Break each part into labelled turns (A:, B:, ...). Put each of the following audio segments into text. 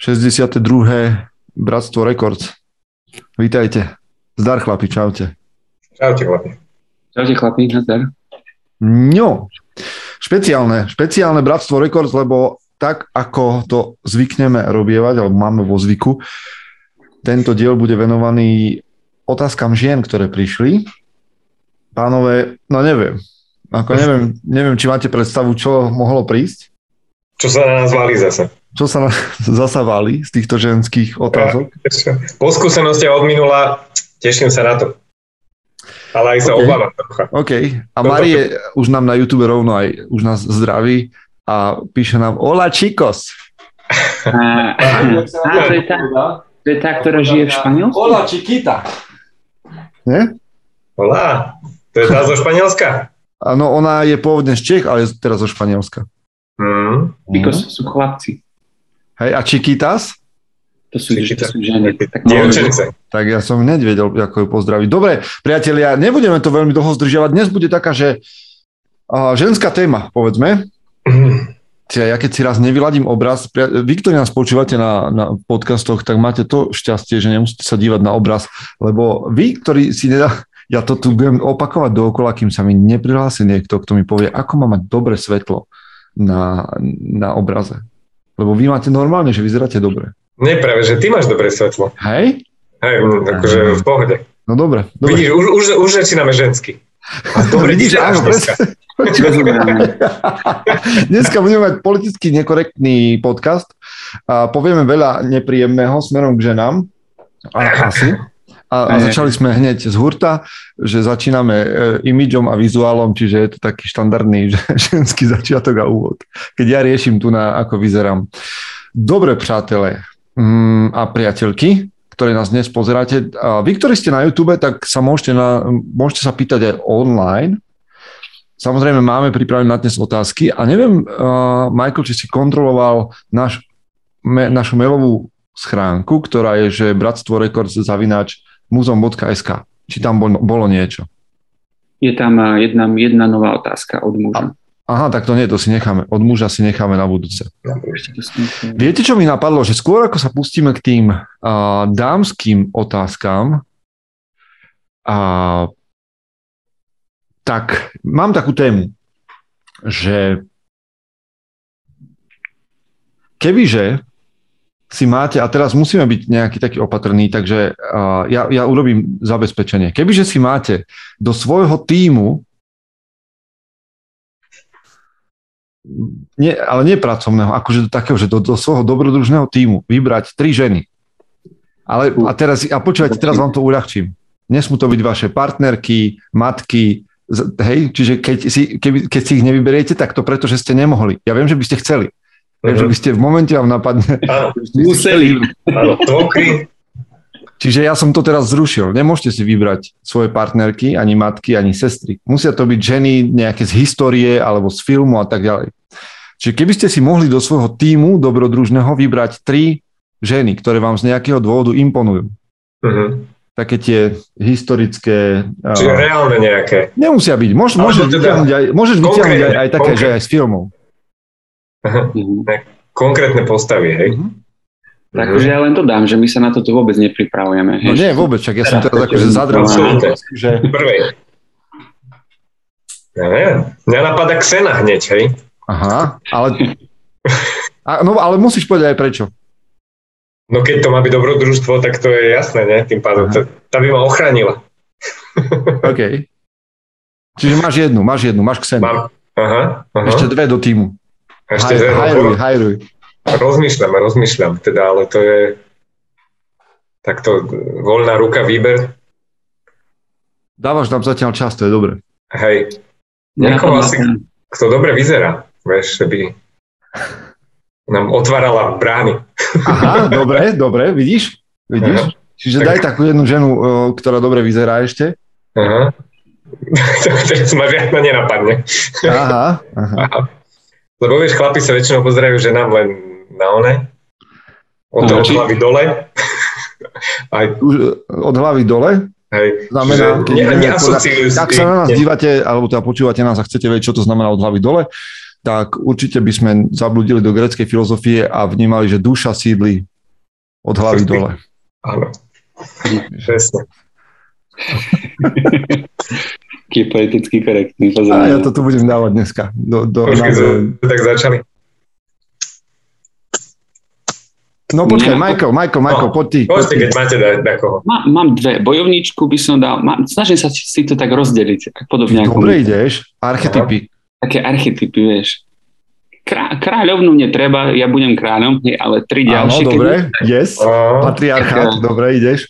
A: 62. Bratstvo Records. Vítajte. Zdar, chlapi, čaute.
B: Čaute, chlapi.
C: Čaute, chlapi, nazdar.
A: No, špeciálne Bratstvo Records, lebo tak, ako to zvykneme robievať, alebo máme vo zvyku, tento diel bude venovaný otázkam žien, ktoré prišli. Pánové, no neviem. Neviem, či máte predstavu, čo mohlo prísť.
B: Čo sa na nás valí zase?
A: Čo sa zasa valí z týchto ženských otázok?
B: Po skúsenosti od minula teším sa na to. Ale aj sa obávam trocha.
A: OK. A Marie už nám na YouTube rovno aj už nás zdraví a píše nám Hola, chicos.
C: To je tá, ktorá žije v Španielsku?
A: Hola, chiquita. Nie?
B: Hola. To je tá zo Španielska?
A: Áno, ona je pôvodne z Čech, ale je teraz zo Španielska.
C: Because sú chlapci.
A: Hej, a chiquitas?
C: To sú ženy.
A: Tak ja som hneď vedel, ako ju pozdraviť. Dobre, priatelia, nebudeme to veľmi dlho zdržiavať. Dnes bude taká, že ženská téma, povedzme. Ja keď si raz nevyladím obraz, vy, ktorí nás počúvate na podcastoch, tak máte to šťastie, že nemusíte sa dívať na obraz, lebo vy, ktorí si nedá... Ja to tu budem opakovať dookola, kým sa mi neprihlási niekto, kto mi povie, ako má mať dobre svetlo na obraze. Lebo vy máte normálne, že vyzeráte dobre.
B: Nie, práve, že ty máš dobré svetlo.
A: Hej?
B: Hej, akože v pohode.
A: No dobre.
B: Vidíš, už začíname žensky. Dobre,
A: vidíš, áno, dneska budeme mať politicky nekorektný podcast a povieme veľa nepríjemného smerom k ženám. Asi. A začali sme hneď z hurta, že začíname imidžom a vizuálom, čiže je to taký štandardný ženský začiatok a úvod. Keď ja riešim tu ako vyzerám. Dobre, přátelé a priateľky, ktoré nás dnes pozeráte. Vy, ktorí ste na YouTube, tak sa môžete sa pýtať aj online. Samozrejme, máme pripravené na dnes otázky a neviem, Michael, či si kontroloval našu mailovú schránku, ktorá je, že bratstvorecords@muzeum.sk. Či tam bolo niečo?
C: Je tam jedna nová otázka od muža.
A: Aha, tak to nie, to si necháme. Od muža si necháme na budúce. Viete, čo mi napadlo? Že skôr ako sa pustíme k tým dámskym otázkam, tak mám takú tému, že kebyže si máte, a teraz musíme byť nejaký taký opatrný, takže ja urobím zabezpečenie. Kebyže si máte do svojho tímu, ale nie pracovného, akože do takého, že do svojho dobrodružného tímu vybrať 3 ženy. A počúvajte, teraz vám to uľahčím. Nesmú to byť vaše partnerky, matky, hej, čiže keď si ich nevyberiete, tak to preto, že ste nemohli. Ja viem, že by ste chceli. Takže by ste v momente vám napadne...
C: Museli.
A: Čiže ja som to teraz zrušil. Nemôžete si vybrať svoje partnerky, ani matky, ani sestry. Musia to byť ženy nejaké z histórie alebo z filmu a tak ďalej. Čiže keby ste si mohli do svojho tímu dobrodružného vybrať 3 ženy, ktoré vám z nejakého dôvodu imponujú. Také tie historické...
B: Čiže reálne nejaké.
A: Nemusia byť. Môžeš vyťahnuť aj také, že aj z filmov.
B: Konkrétne postavy, hej?
C: Takže ja len to dám, že my sa na toto vôbec nepripravujeme.
A: No nie, vôbec, čak ja som teraz akože zadrel.
B: Prvej. Ja neviem. Mňa napadá Xena hneď, hej?
A: Aha, ale musíš povedať aj prečo.
B: No keď to má byť dobrodružstvo, tak to je jasné, ne? Tým pádom, tá by ma ochránila.
A: OK. Čiže máš jednu, máš Xenu.
B: Aha.
A: Ešte 2 do týmu. Hajruj.
B: Rozmýšľam, teda, ale to je takto voľná ruka, výber.
A: Dávaš nám zatiaľ čas, to je dobre.
B: Hej. Niekoho asi, kto dobre vyzerá, vieš, že by nám otvárala brány. Aha,
A: dobre, vidíš?
B: Aha.
A: Čiže daj takú jednu ženu, ktorá dobre vyzerá ešte.
B: Aha. Teraz ma žiadna nenapadne.
A: Aha.
B: Lebo vieš, chlapi sa väčšinou pozerajú ženám len na one. Od hlavy dole.
A: Od hlavy dole?
B: Hej.
A: Znamená, ak sa na nás dívate, alebo teda počúvate nás a chcete vedieť, čo to znamená od hlavy dole, tak určite by sme zabludili do gréckej filozofie a vnímali, že duša sídli Od hlavy dole.
B: Áno. Presne.
C: Taký politicky korektný.
A: A ja to tu budem dávať dneska.
B: Počkej, tak začali.
A: No počkaj, Michael, poď ty.
B: Poďte, keď máte koho.
C: Mám dve. Bojovničku by som dal. Snažím sa si to tak rozdeliť. Podobne
A: dobre ideš. Archetypy.
C: Také archetypy, vieš. Kráľovnú netreba, ja budem kráľom, ale tri ďalšie.
A: Áno, dobre, yes. Patriarchát, dobre, ideš.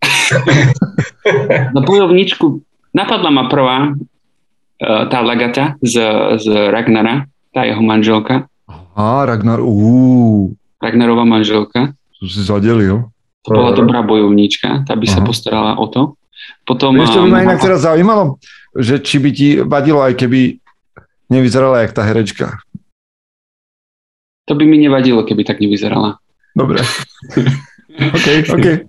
C: Na bojovničku napadla ma prvá tá Lagata z Ragnara, tá jeho manželka.
A: Ragnar,
C: Ragnarová manželka.
A: To si zadelil.
C: To bola dobrá bojovníčka, tá by sa postarala o to. Potom,
A: ešte by ma inak teraz zaujímalo, že či by ti vadilo, aj keby nevyzerala jak tá herečka.
C: To by mi nevadilo, keby tak nevyzerala.
A: Dobre. OK.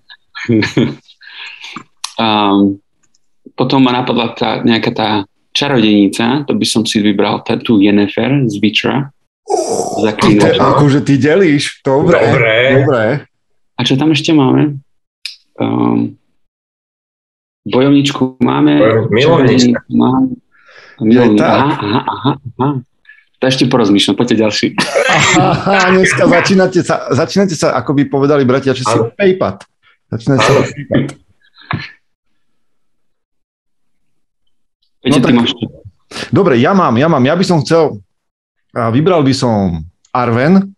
C: Potom ma napadla nejaká tá čarodejnica, to by som si vybral tú Yennefer z Witchera.
A: Akože ty delíš. Dobre.
C: A čo tam ešte máme? Bojovničku máme.
B: Milovnička.
C: Aha. To ešte porozmýšľam, poďte ďalší.
A: Dneska začínate sa, ako by povedali bratia, že si pejpat. Začínate sa pejpat.
C: No, tak,
A: dobre, ja mám. Ja by som chcel, vybral by som Arwen.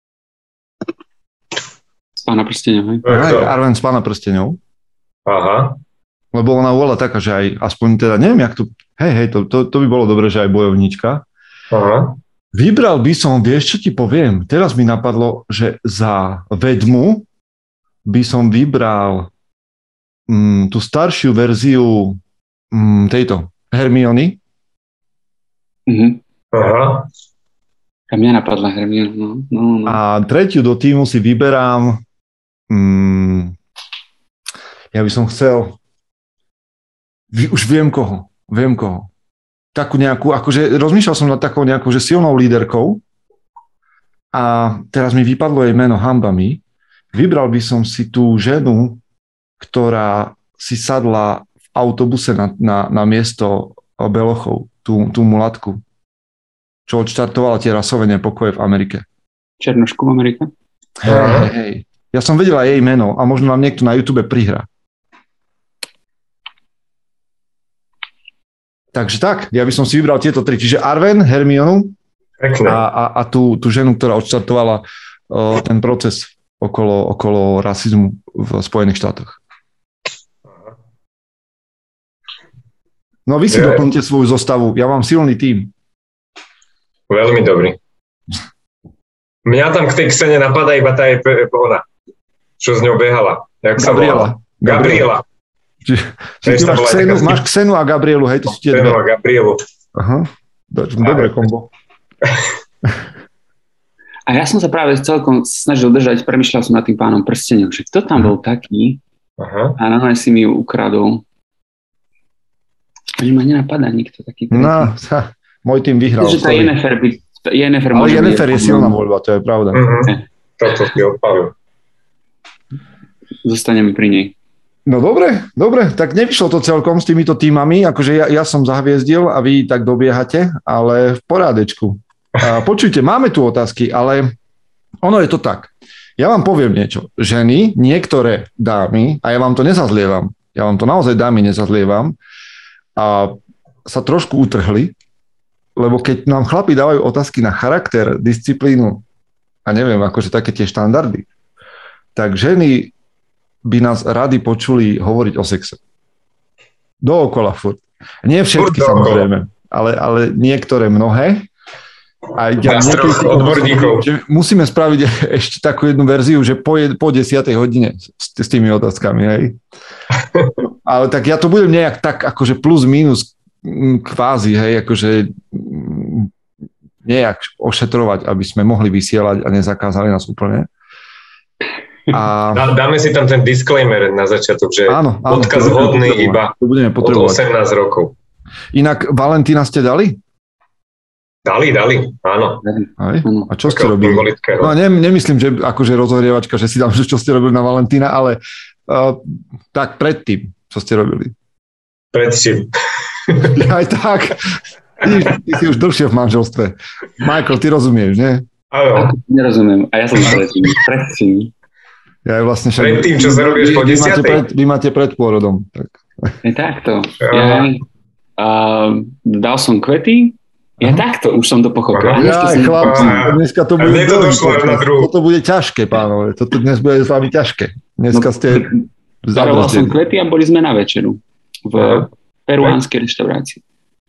C: Z Pána prsteňov, hej?
A: Arwen z Pána prsteňov.
B: Aha.
A: Lebo ona bola taká, že aj aspoň teda, neviem, jak to, to by bolo dobre, že aj bojovníčka.
B: Aha.
A: Vybral by som, vieš, čo ti poviem? Teraz mi napadlo, že za vedmu by som vybral tú staršiu verziu tejto Hermiony.
B: Aha.
C: A mňa napadla Hermiona. No.
A: A tretiu do týmu si vyberám ja by som chcel už viem koho. Takú nejakú, akože rozmýšľal som nad takou nejakou, že silnou líderkou a teraz mi vypadlo jej meno, hanba mi. Vybral by som si tú ženu, ktorá si sadla v autobuse na miesto Belochov, tú mulatku, čo odštartovala tie rasové nepokoje v Amerike.
C: Černošku v Amerike?
A: Hej. Ja som vedela jej meno a možno nám niekto na YouTube prihrá. Takže tak, ja by som si vybral tieto tri. Čiže Arwen, Hermionu a tú ženu, ktorá odštartovala ten proces okolo rasizmu v Spojených štátoch. No vy si doplňte svoju zostavu. Ja mám silný tím.
B: Veľmi dobrý. Mňa tam k tej Ksene napadá iba tá ona, čo z ňou behala. Gabriela.
A: Čiže máš Ksenu a Gabrielu, hej, to sú tie dve.
B: Ksenu a Gabrielu.
A: Aha, dobre kombo.
C: A ja som sa práve celkom snažil držať, premýšľal som nad tým Pánom prsteňom, že kto tam bol taký a naozaj si mi ju ukradol. Ani ma nenapadá nikto taký.
A: No, môj tým vyhral.
C: Že tá Yennefer
A: ale Yennefer je silná voľba, to je pravda.
B: Toto si odpalil.
C: Zostaneme pri nej.
A: No dobre, tak nevyšlo to celkom s týmito týmami, akože ja som zahviezdil a vy tak dobiehate, ale v porádečku. Počujte, máme tu otázky, ale ono je to tak. Ja vám poviem niečo. Ženy, niektoré dámy, a ja vám to nezazlievam, ja vám to naozaj dámy nezazlievam, a sa trošku utrhli, lebo keď nám chlapi dávajú otázky na charakter, disciplínu a neviem, akože také tie štandardy, tak ženy by nás radi počuli hovoriť o sexe. Dookola furt. Nie všetky samozrejme, ale niektoré mnohé. A musíme spraviť ešte takú jednu verziu, že po 10. hodine s tými otázkami. Hej. Ale tak ja to budem nejak tak akože plus minus kvázi, hej, akože nejak ošetrovať, aby sme mohli vysielať a nezakázali nás úplne. A... Dáme
B: si tam ten disclaimer na začiatok, že áno, odkaz hodný iba od 18 rokov.
A: Inak Valentína ste dali?
B: Dali, áno.
A: Aj? A čo ste robili? No nemyslím, že akože rozhohrievačka, že si dám, že čo ste robili na Valentína, ale tak predtým, čo ste robili?
B: Predtým.
A: Aj tak. Ty si už dlhšie v manželstve. Michael, ty rozumieš, nie?
B: Áno.
C: Nerozumiem. A ja som predtým.
A: Ja vlastne
B: predtým, čo sa robíš po 10.
A: Vy máte pred pôrodom. Tak.
C: Je takto. Dal som kvety. Ja takto, už som to pochopil.
A: Chlapci, dneska to bude
B: toto
A: bude ťažké, pánové. Toto dnes bude s vami ťažké. Dneska ste
C: daroval som kvety a boli sme na večeru v peruánskej reštaurácii.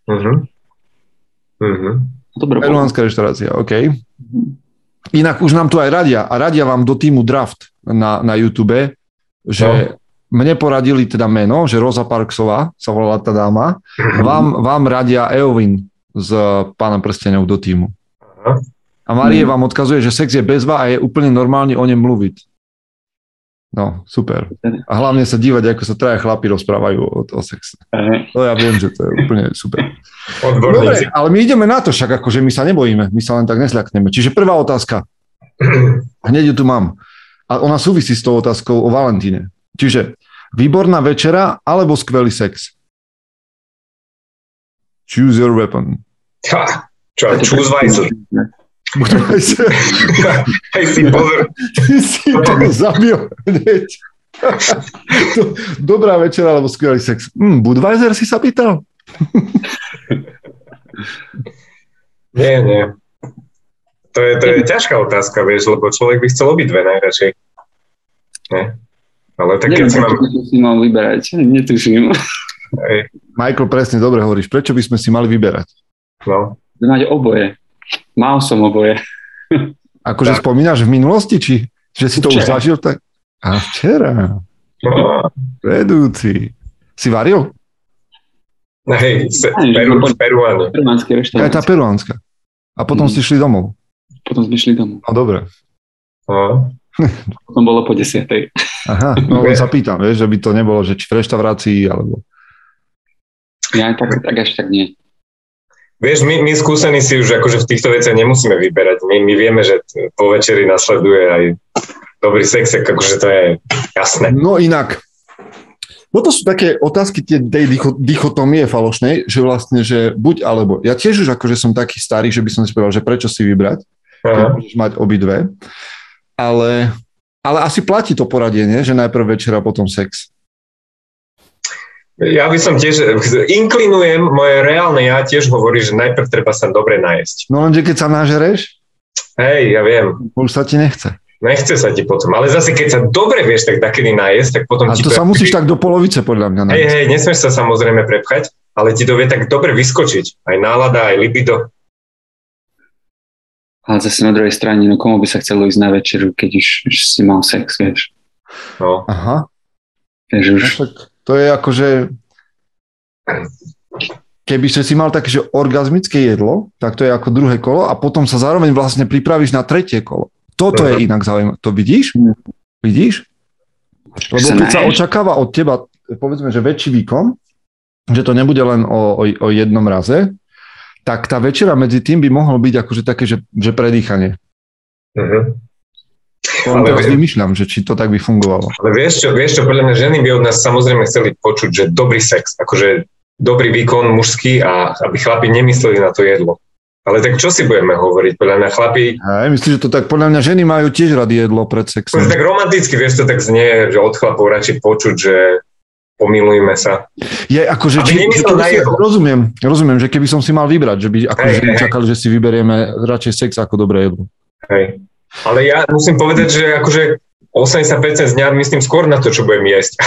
A: Peruánska reštaurácia, OK. Inak už nám tu aj radia. A radia vám do týmu Draft na YouTube, že mne poradili teda meno, že Rosa Parksová sa volala tá dáma. Vám radia Eowyn z Pána prstenov do týmu. A Marie vám odkazuje, že sex je bezva a je úplne normálne o ňom mluviť. No, super. A hlavne sa dívať, ako sa traja chlapi rozprávajú o sexe. To ja viem, že to je úplne super. Dobre, ale my ideme na to však, akože my sa nebojíme, my sa len tak nesľakneme. Čiže prvá otázka. Hneď ju tu mám. A ona súvisí s tou otázkou o Valentíne. Čiže výborná večera alebo skvelý sex? Choose your weapon.
B: Choose wisely. Hej, si pozor.
A: Ty si to zabil hneď. Dobrá večera alebo skvelý sex? Budweiser si sa pýtal?
B: Nie. To je ťažká otázka, vieš, lebo človek by chcel obidve najradšej. Nie? Ale tak keď
C: si mám vyberať, netuším.
A: Michael, presne dobre hovoríš. Prečo by sme si mali vyberať?
B: No.
C: Mať oboje. Mal som oboje.
A: Akože spomínaš v minulosti, či že si to už zažil? Tak... A včera. Vedúci. Si varil?
B: Hej, Peruáne.
A: Aj tá peruánska. A potom ste šli domov?
C: Potom sme šli domov.
A: No dobre.
C: Potom bolo po 10.
A: Aha, no len sa pýtam, vieš, že by to nebolo, že či v reštaurácii, alebo...
C: Ja tak až tak nie.
B: Vieš, my skúsení si už akože v týchto veciach nemusíme vyberať. My vieme, že po večeri nasleduje aj dobrý sex, akože to je jasné.
A: No inak, to sú také otázky tej dichotomie falošnej, že vlastne, že buď alebo. Ja tiež už akože som taký starý, že by som si povedal, že prečo si vybrať, keď môžeš mať obidve. Ale asi platí to poradenie, že najprv večera, potom sex.
B: Ja by som tiež, inklinujem, moje reálne ja tiež hovorí, že najprv treba sa dobre najesť.
A: No lenže keď sa nažereš?
B: Hej, ja viem.
A: Už sa ti nechce.
B: Nechce sa ti potom, ale zase keď sa dobre vieš tak takedy najesť, tak potom
A: ti to... sa musíš tak do polovice podľa mňa najesť.
B: Hej, nesmieš sa samozrejme prepchať, ale ti to vie tak dobre vyskočiť. Aj nálada, aj libido.
C: Ale zase na druhej strane, no komu by sa chcelo ísť na večeru, keď už si mal sex, vieš.
B: No.
A: Aha.
C: Vieš už...
A: To je akože, keby si mal také, že orgazmické jedlo, tak to je ako druhé kolo a potom sa zároveň vlastne pripravíš na tretie kolo. Toto je inak zaujímavé. To vidíš? Vidíš? Lebo keď sa očakáva od teba, povedzme, že väčší výkon, že to nebude len o jednom raze, tak tá večera medzi tým by mohol byť akože také, že predýchanie. Ale teraz vymýšľam, že či to tak by fungovalo.
B: Ale vieš čo, podľa mňa ženy by od nás samozrejme chceli počuť, že dobrý sex, akože dobrý výkon mužský a aby chlapi nemysleli na to jedlo. Ale tak čo si budeme hovoriť? Podľa mňa chlapi...
A: Myslím, že to tak, podľa mňa ženy majú tiež rady jedlo pred sexom.
B: Tak romanticky, vieš, to tak znie, že od chlapov radšej počuť, že pomilujme sa.
A: Je akože... Rozumiem, že keby som si mal vybrať, že by akože čakali, že si vyberieme radšej sex ako dobré jedlo.
B: Hej. Ale ja musím povedať, že akože 80% z dňa myslím skôr na to, čo budem jesť.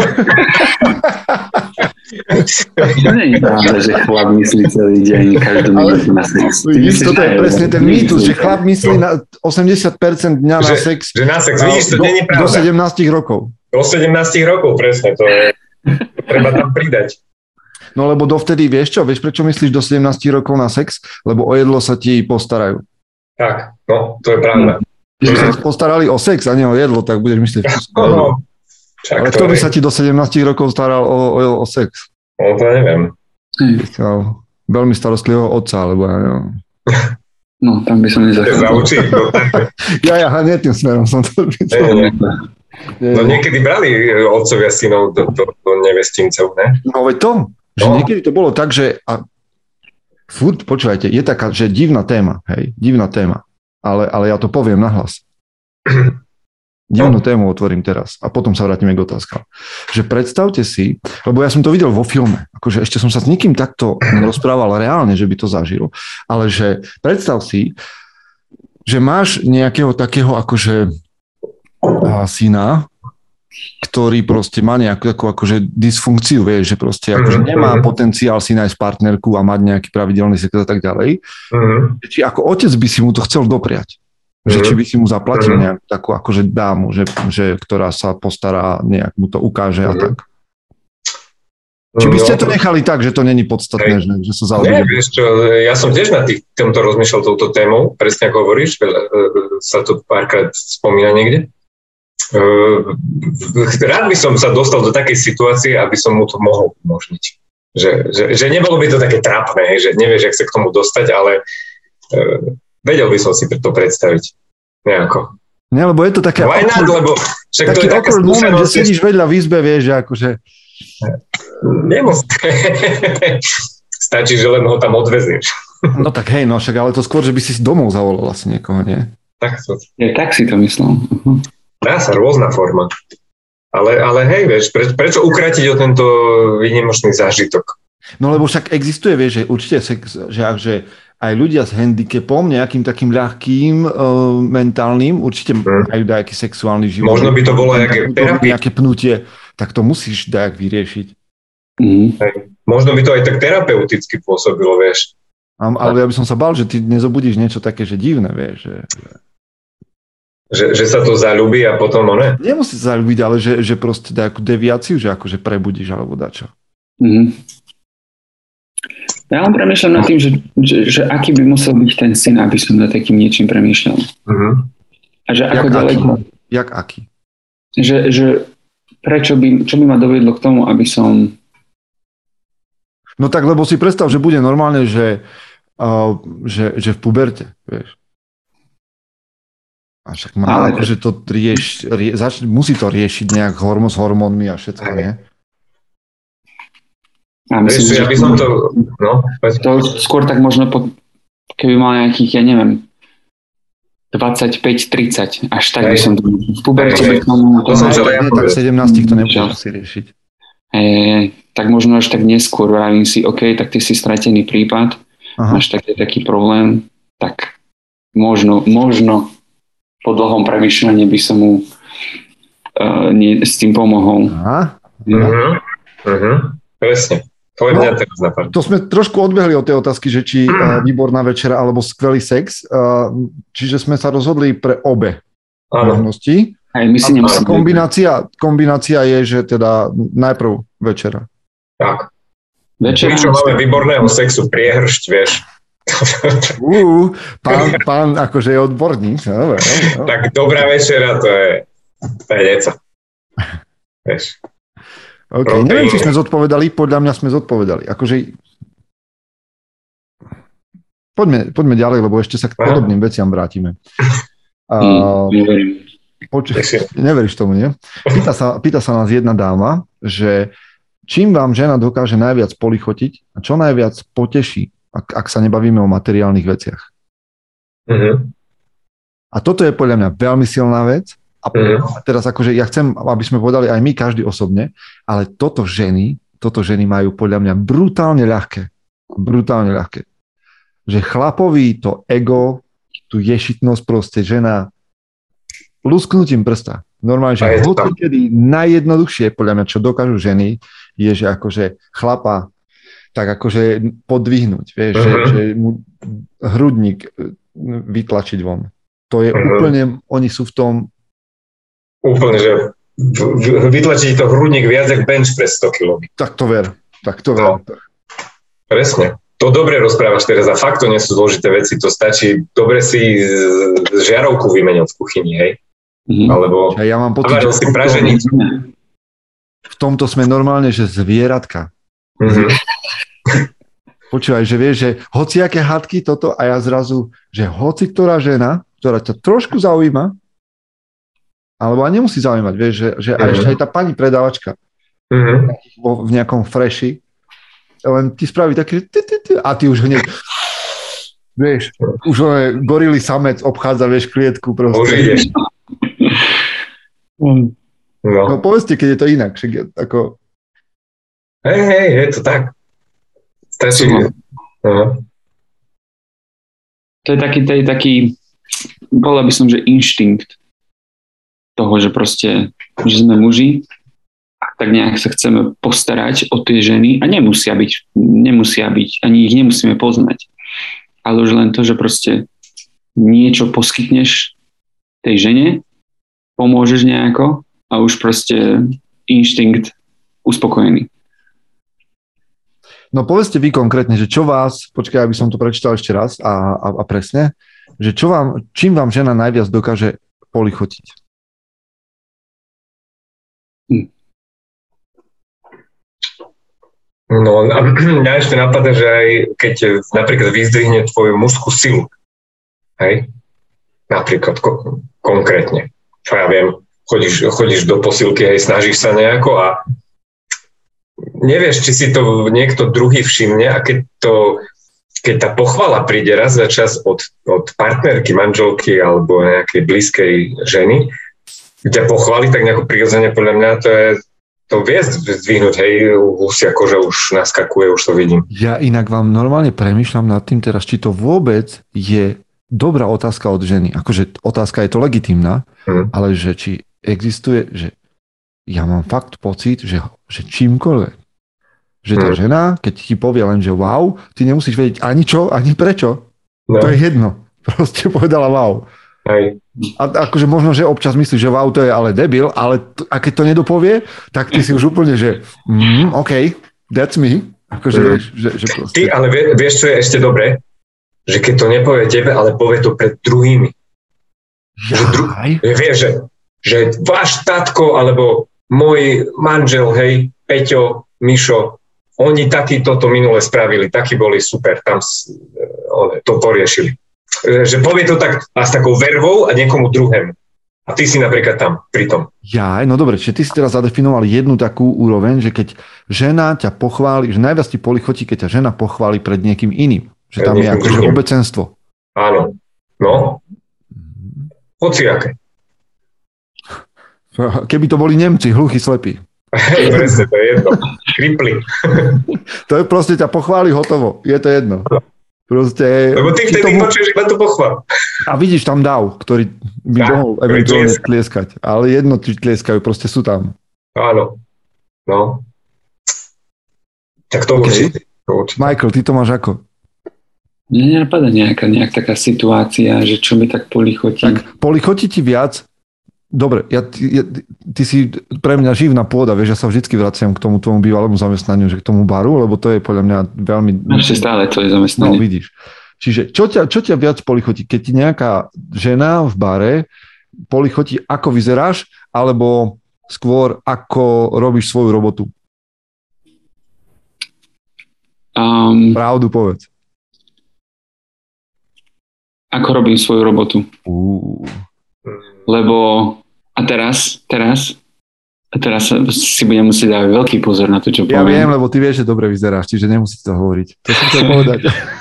C: To nie je pravda, že chlap myslí celý deň, každú minútu na sex.
A: Toto je presne ten mýtus, že chlap myslí na 80% dňa na sex.
B: Že na sex, vidíš, to nie je pravda.
A: Do 17 rokov.
B: Do 17 rokov, presne, to je, treba tam pridať.
A: No lebo dovtedy, vieš čo, vieš prečo myslíš do 17 rokov na sex? Lebo o jedlo sa ti postarajú.
B: Tak, no, to je pravda.
A: Keď sa postarali o sex a nie o jedlo, tak budeš myslieť, že ale kto by sa ti do 17 rokov staral o sex?
B: No, to neviem.
A: Veľmi starostlivého otca, alebo ja neviem.
C: No, tam by som nezašiel.
A: Ja, nie tým smerom som to
B: nie. No niekedy brali otcovia synov do nevestincov, ne?
A: No veď to, že niekedy to bolo tak, že furt, počúvajte, je taká, že divná téma, ale ja to poviem nahlas. Divnú tému otvorím teraz a potom sa vrátime k otázkam. Že predstavte si, lebo ja som to videl vo filme, akože ešte som sa s nikým takto nerozprával reálne, že by to zažil, ale že predstav si, že máš nejakého takého akože syna, ktorý proste má nejakú akože dysfunkciu, vieš, že proste akože nemá potenciál si nájsť partnerku a mať nejaký pravidelný sex a tak ďalej. Či ako otec by si mu to chcel dopriať. Že či by si mu zaplatil nejakú takú akože dámu, že ktorá sa postará, nejak mu to ukáže a tak. Či by ste to nechali tak, že to není podstatné, že sa zaujímavé?
B: Nie, vieš čo, ja som tiež na tomto rozmýšľal touto témou, presne ako hovoríš, sa to párkrát spomína niekde. Rád by som sa dostal do takej situácie, aby som mu to mohol umožniť. Že nebolo by to také trápne, že nevieš, jak sa k tomu dostať, ale vedel by som si to predstaviť nejako.
A: Nie, lebo je to také
B: lebo
A: taký awkward moment, že sedíš vedľa v izbe, vieš, že akože...
B: Nemusí. Stačí, že len ho tam odvezieš.
A: No tak hej, no však, ale to skôr, že by si domov zavolal asi niekoho, nie?
B: Tak
C: si to myslel.
B: Dá sa rôzna forma. Ale hej, vieš, prečo ukratiť o tento výnimočný zážitok?
A: No lebo však existuje, vieš, že určite že aj ľudia s handicapom, nejakým takým ľahkým mentálnym, určite majú nejaký sexuálny život.
B: Možno by to bolo
A: nejaké pnutie, tak to musíš dajak vyriešiť.
B: Možno by to aj tak terapeuticky pôsobilo, vieš.
A: Ale ja by som sa bál, že ty nezobudíš niečo také, že divné, vieš.
B: Že sa to zaľubí a potom ne?
A: Nemusí sa zaľubiť, ale že proste nejakú deviáciu, že akože prebudíš alebo dačo.
C: Ja len premýšľam nad tým, že aký by musel byť ten syn, aby som nad takým niečím premýšľal. A že ako ďaleko...
A: Jak aký?
C: Že čo by ma doviedlo k tomu, aby som...
A: No tak, lebo si predstav, že bude normálne, že v puberte, vieš. A však má, že to musí to riešiť nejak s hormónmi a všetko, nie?
C: Ja myslím,
B: ja by som to... No,
C: to skôr tak možno, keby mal nejakých, ja neviem, 25-30, až tak by som to... V puberte by som...
A: Tak 17 to nebudeš si riešiť.
C: Tak možno až tak neskôr vravím si, OK, tak ty si stratený prípad, máš taký problém, tak možno po dlhom premýšľaní by som mu s tým pomohol.
B: Presne. To
A: sme trošku odbehli od tej otázky, že či výborná večera alebo skvelý sex, čiže sme sa rozhodli pre obe možnosti. Kombinácia je, že teda najprv večera.
B: Tak. Večera. Čo máme výborného sexu, priehršť, vieš.
A: Pán akože je odborník. Dobre.
B: Tak dobrá večera, to je deca. Vieš.
A: OK, neviem, či sme zodpovedali, podľa mňa sme zodpovedali. Akože... Poďme ďalej, lebo ešte sa k podobným veciam vrátime. Neveríš tomu, nie? Pýta sa nás jedna dáma, že čím vám žena dokáže najviac polichotiť a čo najviac poteší, ak sa nebavíme o materiálnych veciach. A toto je podľa mňa veľmi silná vec. A teraz akože ja chcem, aby sme povedali aj my, každý osobne, ale toto ženy majú podľa mňa brutálne ľahké. Brutálne ľahké. Že chlapovi to ego, tú ješitnosť proste žena lusknutím prsta. Normálne, že hocikedy najjednoduchšie, podľa mňa, čo dokážu ženy, je, že akože chlapa tak akože podvihnúť, vieš, že mu hrudník vytlačiť von. To je úplne, oni sú v tom
B: úplne, že vytlačiť to hrudník viac jak bench press 100 kg.
A: Tak to ver.
B: No, presne. To dobre rozprávaš teraz a fakt to nie sú zložité veci, to stačí dobre si žiarovku vymeniť v kuchyni, hej? Alebo
A: ja mám pocit, že
B: si praženicu.
A: V tomto sme normálne, že zvieratka. Počúvaj, že vieš, že hociaké hádky toto a ja zrazu, že hoci ktorá žena, ktorá ťa trošku zaujíma, alebo aj nemusí zaujímať, vieš, že a ešte aj tá pani predávačka v nejakom freši, len ti spraví taký, a ty už hneď, vieš, už gorilý samec obchádza, vieš, klietku proste.
B: Už ideš.
A: No povedzte, keď je to inak, ako...
B: Hej, je to tak. Stačí.
C: To je taký, povedal by som, že inštinkt toho, že proste, že sme muži, tak nejak sa chceme postarať o tie ženy a nemusia byť, ani ich nemusíme poznať. Ale už len to, že proste niečo poskytneš tej žene, pomôžeš nejako a už proste inštinkt uspokojený.
A: No povedzte vy konkrétne, že čo vás, počkaj, aby som to prečítal ešte raz a presne, že čím vám žena najviac dokáže polichotiť?
B: No, mňa ešte napadá, že aj keď napríklad vyzdvihne tvoju mužskú silu, hej, napríklad konkrétne, čo ja viem, chodíš do posilky, hej, snažíš sa nejako a nevieš, či si to niekto druhý všimne a keď tá pochvala príde raz za čas od partnerky, manželky alebo nejakej blízkej ženy, kde pochváli, tak nejako prirodzene podľa mňa to vie zdvihnúť, hej, husia koža už naskakuje, už to vidím.
A: Ja inak vám normálne premýšľam nad tým teraz, či to vôbec je dobrá otázka od ženy. Akože otázka je to legitímna, ale že či existuje, že ja mám fakt pocit, že čímkoľvek. Že tá žena, keď ti povie len, že wow, ty nemusíš vedieť ani čo, ani prečo. No. To je jedno. Proste povedala wow.
B: Hej.
A: A akože možno, že občas myslíš, že wow, to je ale debil, ale a keď to nedopovie, tak ty si už úplne, že OK, that's me. Akože, že proste.
B: Ty, ale vieš, čo je ešte dobré? Že keď to nepovie tebe, ale povie to pred druhými. Vieš, že váš tatko, alebo môj manžel, hej, Peťo, Mišo, oni toto minule spravili, takí boli super, tam to poriešili. Že povie to tak a s takou vervou a niekomu druhému. A ty si napríklad tam pri tom.
A: No dobre, čiže ty si teraz zadefinoval jednu takú úroveň, že keď žena ťa pochváli, že najviac ti polichotí, keď ťa žena pochváli pred niekým iným. Že tam je akože obecenstvo.
B: Áno. No. Hociaké.
A: Keby to boli Nemci, hluchí, slepí.
B: Presne, to je jedno. Kripli.
A: To je proste ťa pochváli, hotovo. Je to jedno. Proste,
B: lebo ty vtedy počuješ iba tú pochvalu.
A: A vidíš tam dav, ktorý by mohol eventuálne tlieskať. Ale jedno tleskajú, proste sú tam.
B: Áno. No. Tak to určite.
A: Michael, ty to máš ako?
C: Mne nenapadá nejaká taká situácia, že čo mi tak polichotí.
A: Tak polichotí ti viac. Dobre, ty si pre mňa živná pôda, vieš, ja sa vždycky vraciam k tomu tvojmu bývalému zamestnaniu, že k tomu baru, lebo to je podľa mňa veľmi...
C: Ešte stále to je zamestnanie.
A: No, vidíš. Čiže čo ťa viac polichotí? Keď ti nejaká žena v bare polichotí, ako vyzeráš, alebo skôr ako robíš svoju robotu? Pravdu povedz.
C: Ako robím svoju robotu. Lebo a teraz si budem musieť dávať veľký pozor na to, čo poviem.
A: Ja viem, lebo ty vieš, že dobre vyzeráš, čiže nemusíš to hovoriť. To som chcel povedať.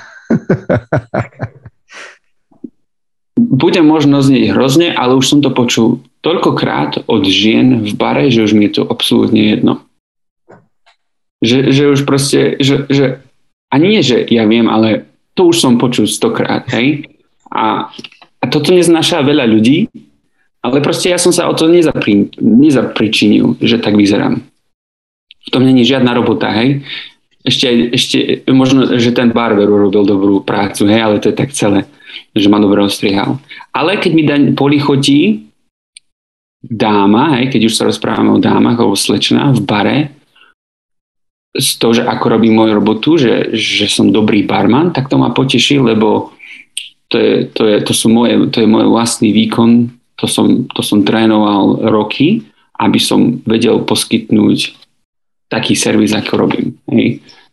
C: Bude možno znieť hrozne, ale už som to počul toľkokrát od žien v bare, že už mi je to absolútne jedno. Že už proste, že ani nie, že ja viem, ale to už som počul 100-krát, hej? A toto neznáša veľa ľudí, ale proste ja som sa o to nezapričinil, že tak vyzerám. V tom není žiadna robota, hej. Ešte možno, že ten barber urobil dobrú prácu, hej, ale to je tak celé, že ma dobre ostrihal. Ale keď mi polichotí dáma, hej, keď už sa rozprávame o dámach, o slečna v bare, z toho, že ako robím moju robotu, že som dobrý barman, tak to ma poteší, lebo to je môj vlastný výkon. To som trénoval roky, aby som vedel poskytnúť taký servis, ako robím. Hej.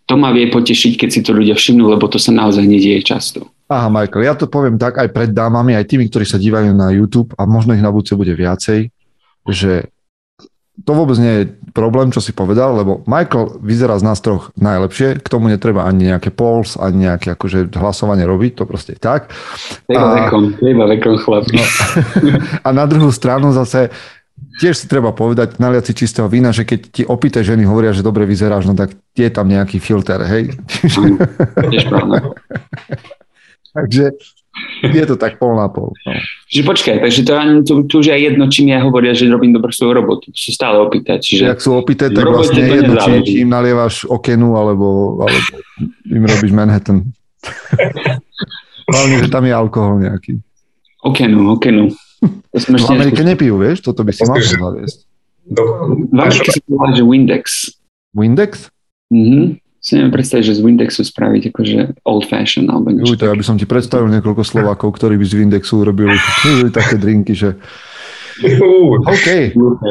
C: to ma vie potešiť, keď si to ľudia všimnú, lebo to sa naozaj nedieje často.
A: Aha, Michael, ja to poviem tak aj pred dámami, aj tými, ktorí sa dívajú na YouTube a možno ich na budúce bude viacej, že to vôbec nie je problém, čo si povedal, lebo Michael vyzerá z nás troch najlepšie, k tomu netreba ani nejaké polls, ani nejaké akože hlasovanie robiť, to proste je tak.
C: Teba vekom chlapi.
A: No, a na druhú stranu zase tiež si treba povedať, naliať si čistého vína, že keď ti opité ženy hovoria, že dobre vyzeráš, no tak je tam nejaký filter, hej?
C: Tiež pravda.
A: Takže je to tak pol na pol. No.
C: Že počkaj, takže tu už je jedno, či mi ja hovoria, že robím dobrú svoju robotu. Sú stále opýtať. Čiže
A: ak sú opýtať, tak vlastne je jedno, či im nalievaš okenu, alebo im robíš Manhattan. Hlavne, že tam je alkohol nejaký.
C: Okenu.
A: V Amerike nepijú, vieš? Toto by si mal zaviesť.
C: V Amerike sa povedal, že Windex.
A: Windex?
C: Mhm. Si neviem predstaviť, že z Windexu spraviť akože old fashion alebo niečo.
A: Ja by som ti predstavil niekoľko Slovákov, ktorí by z Windexu urobili také drinky, že OK.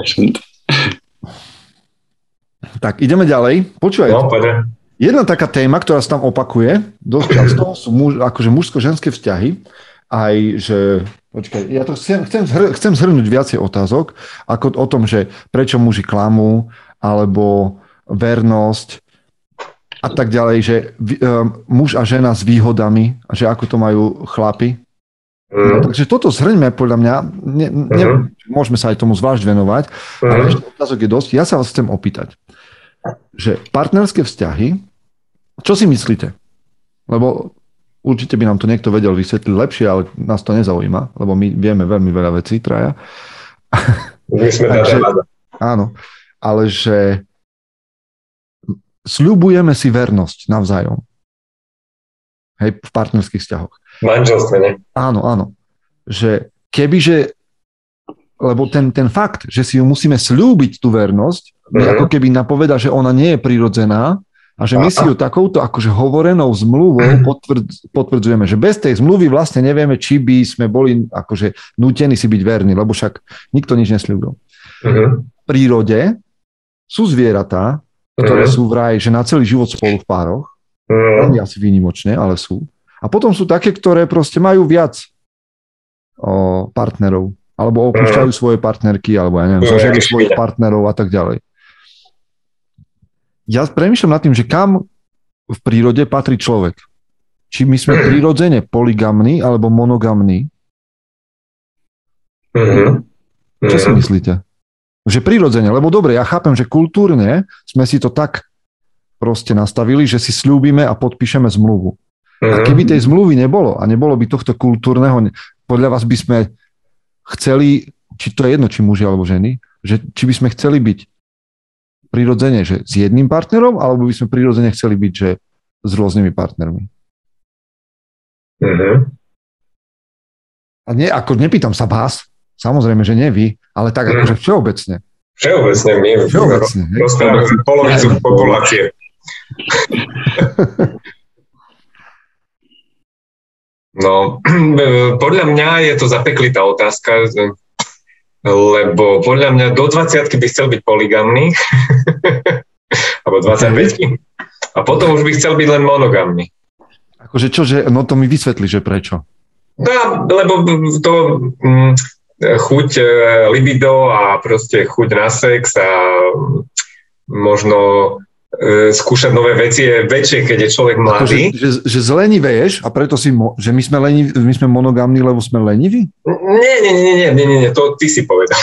A: Tak, ideme ďalej. Počúvaj. No, jedna taká téma, ktorá sa tam opakuje dosť často, sú akože mužsko-ženské vzťahy. Aj, že... Počkaj, ja to chcem zhrnúť viacej otázok, ako o tom, že prečo muži klamú, alebo vernosť, a tak ďalej, že muž a žena s výhodami, a že ako to majú chlapi. No, takže toto zhrňme podľa mňa, môžeme sa aj tomu zvlášť venovať, ale ešte otázok je dosť. Ja sa vás chcem opýtať, že partnerské vzťahy, čo si myslíte? Lebo určite by nám to niekto vedel vysvetliť lepšie, ale nás to nezaujíma, lebo my vieme veľmi veľa vecí, traja. Takže, áno, ale že sľubujeme si vernosť navzájom. Hej, v partnerských vzťahoch.
B: Manželstve, ne?
A: Áno. Že kebyže, lebo ten fakt, že si ju musíme sľúbiť tú vernosť, ako keby napoveda, že ona nie je prirodzená a že my si ju takouto akože hovorenou zmluvou potvrdzujeme, že bez tej zmluvy vlastne nevieme, či by sme boli akože nútení si byť verní, lebo však nikto nič nesľúbil. V prírode sú zvieratá, ktoré sú vraj, že na celý život spolu v pároch. Nie asi výnimočne, ale sú. A potom sú také, ktoré proste majú viac partnerov. Alebo opúšťajú svoje partnerky, alebo ja neviem, zožerú svojich partnerov a tak ďalej. Ja premýšľam nad tým, že kam v prírode patrí človek. Či my sme prirodzene poligamní alebo monogamní. Čo si myslíte? Že prirodzene, lebo dobre, ja chápem, že kultúrne sme si to tak proste nastavili, že si sľúbime a podpíšeme zmluvu. A keby tej zmluvy nebolo a nebolo by tohto kultúrneho, podľa vás by sme chceli, či to je jedno, či muži alebo ženy, že či by sme chceli byť prirodzene, že s jedným partnerom, alebo by sme prirodzene chceli byť, že s rôznymi partnermi. A nie, ako nepýtam sa vás, samozrejme, že nie vy, ale tak akože všeobecne.
B: Všeobecne, my rozprávame polovicu populácie. No, podľa mňa je to zapeklitá otázka, lebo podľa mňa do 20-ky by chcel byť poligamný, alebo 25-ky, a potom už by chcel byť len monogamný.
A: Akože čože, no to mi vysvetli, že prečo.
B: No, lebo to chuť libido a proste chuť na sex a možno skúšať nové veci je väčšie, keď je človek mladý.
A: Že zlenivé ješ a preto si, že my sme monogamní, lebo sme leniví?
B: Nie, to ty si povedal.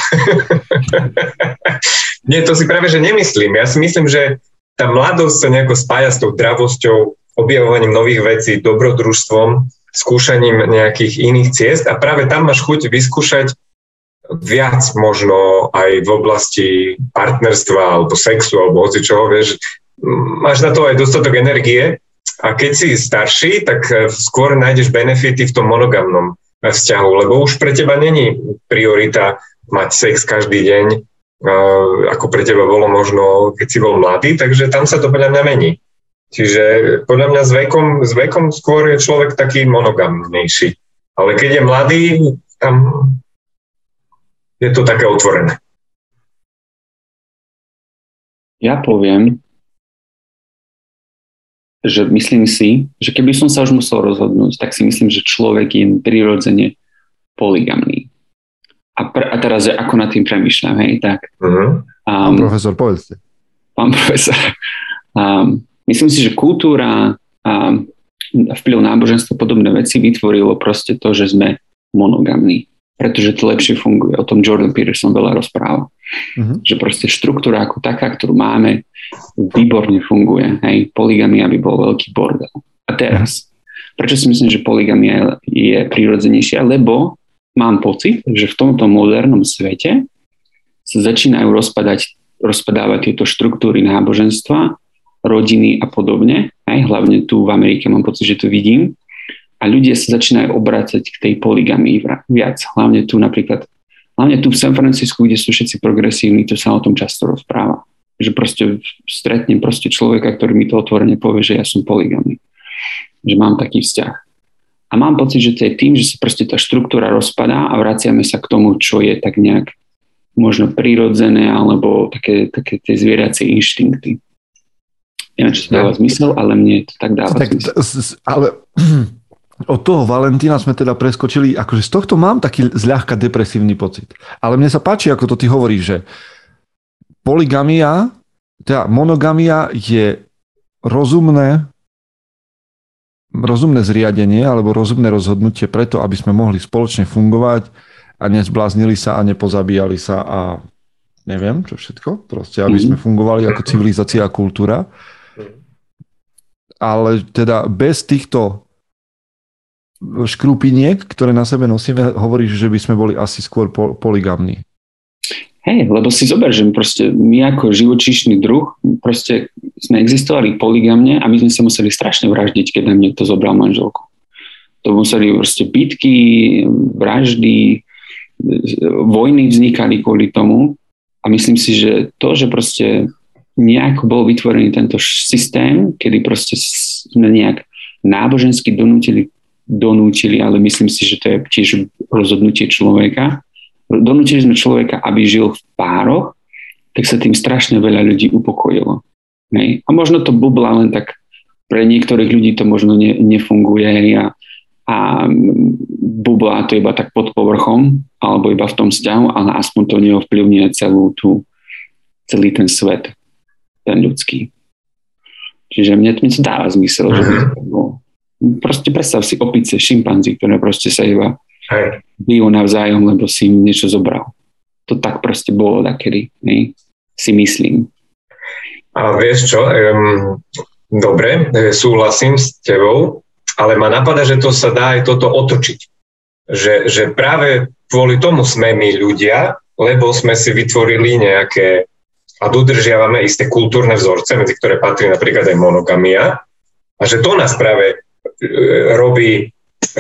B: Nie, to si práve, že nemyslím. Ja si myslím, že tá mladosť sa nejako spája s tou dravosťou, objavovaním nových vecí, dobrodružstvom, skúšaním nejakých iných ciest a práve tam máš chuť vyskúšať viac možno aj v oblasti partnerstva alebo sexu alebo hocičoho, vieš, máš na to aj dostatok energie a keď si starší, tak skôr nájdeš benefity v tom monogamnom vzťahu, lebo už pre teba není priorita mať sex každý deň, ako pre teba bolo možno, keď si bol mladý, takže tam sa to podľa mňa mení. Čiže podľa mňa s vekom skôr je človek taký monogamnejší. Ale keď je mladý, tam je to také otvorené.
C: Ja poviem, že myslím si, že keby som sa už musel rozhodnúť, tak si myslím, že človek je prirodzene polygamný. A teraz, že ako nad tým premýšľam, hej, tak.
A: Pán profesor, povedzte.
C: Pán profesor. Myslím si, že kultúra a vplyv náboženstva podobné veci vytvorilo proste to, že sme monogamní, pretože to lepšie funguje. O tom Jordan Peterson veľa rozprával. Že proste štruktúra ako taká, ktorú máme, výborne funguje. Hej, poligamia by bol veľký bordel. A teraz, prečo si myslím, že poligamia je prirodzenejšia? Lebo mám pocit, že v tomto modernom svete sa začínajú rozpadávať tieto štruktúry náboženstva, rodiny a podobne. Hej, hlavne tu v Amerike mám pocit, že to vidím. A ľudia sa začínajú obrácať k tej poligamii viac. Hlavne tu v San Francisku, kde sú všetci progresívni, to sa o tom často rozpráva. Že proste stretnem človeka, ktorý mi to otvorene povie, že ja som poligamný. Že mám taký vzťah. A mám pocit, že to je tým, že sa proste tá štruktúra rozpadá a vraciame sa k tomu, čo je tak nejak možno prirodzené, alebo také tie zvieracie inštinkty. Neviem, či to dáva zmysel, ale mne to tak dáva zmysel.
A: Ale od toho Valentína sme teda preskočili, akože z tohto mám taký zľahka depresívny pocit. Ale mne sa páči, ako to ty hovoríš, že poligamia, teda monogamia je rozumné zriadenie alebo rozumné rozhodnutie preto, aby sme mohli spoločne fungovať a nezbláznili sa a nepozabíjali sa a neviem, čo všetko. Proste, aby sme fungovali ako civilizácia a kultúra. Ale teda bez týchto škrupiniek, ktoré na sebe nosíme, hovoríš, že by sme boli asi skôr poligamní.
C: Hej, lebo si zober, že proste my ako živočíšny druh proste sme existovali poligamne a my sme sa museli strašne vraždiť, keď nám niekto zobral manželku. To museli proste bitky, vraždy, vojny vznikali kvôli tomu a myslím si, že to, že proste nejak bol vytvorený tento systém, kedy proste sme nejak nábožensky donútili, ale myslím si, že to je tiež rozhodnutie človeka. Donútili sme človeka, aby žil v pároch, tak sa tým strašne veľa ľudí upokojilo. Hej? A možno to bubla len tak, pre niektorých ľudí to možno nefunguje a bubla to iba tak pod povrchom, alebo iba v tom vzťahu, ale aspoň to neovplyvňuje celý ten svet, ten ľudský. Čiže mne to dáva zmysel, že proste predstav si opice, šimpanzi, ktoré proste sa iba bijú navzájom, lebo si im niečo zobral. To tak proste bolo takedy, si myslím.
B: A vieš čo, dobre, súhlasím s tebou, ale ma napadá, že to sa dá aj toto otočiť. Že práve kvôli tomu sme my ľudia, lebo sme si vytvorili nejaké a dodržiavame isté kultúrne vzorce, medzi ktoré patrí napríklad aj monogamia, a že to nás práve robí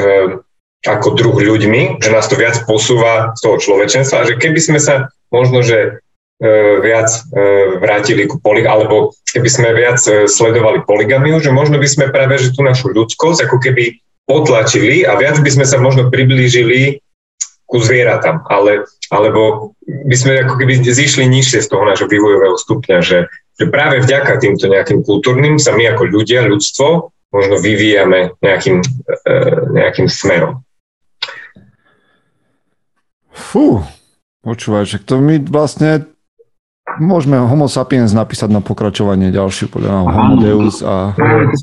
B: ako druh ľuďmi, že nás to viac posúva z toho človečenstva a že keby sme sa možno, že viac vrátili ku alebo keby sme viac sledovali poligamiu, že možno by sme práve že tú našu ľudskosť ako keby potlačili a viac by sme sa možno priblížili ku zvieratám, alebo by sme ako keby zišli nižšie z toho nášho vývojového stupňa, že práve vďaka týmto nejakým kultúrnym sa my ako ľudia, ľudstvo, možno vyvíjame nejakým smerom.
A: Počúvaj, že to my vlastne môžeme Homo sapiens napísať na pokračovanie ďalšiu, podľa Homo Deus a...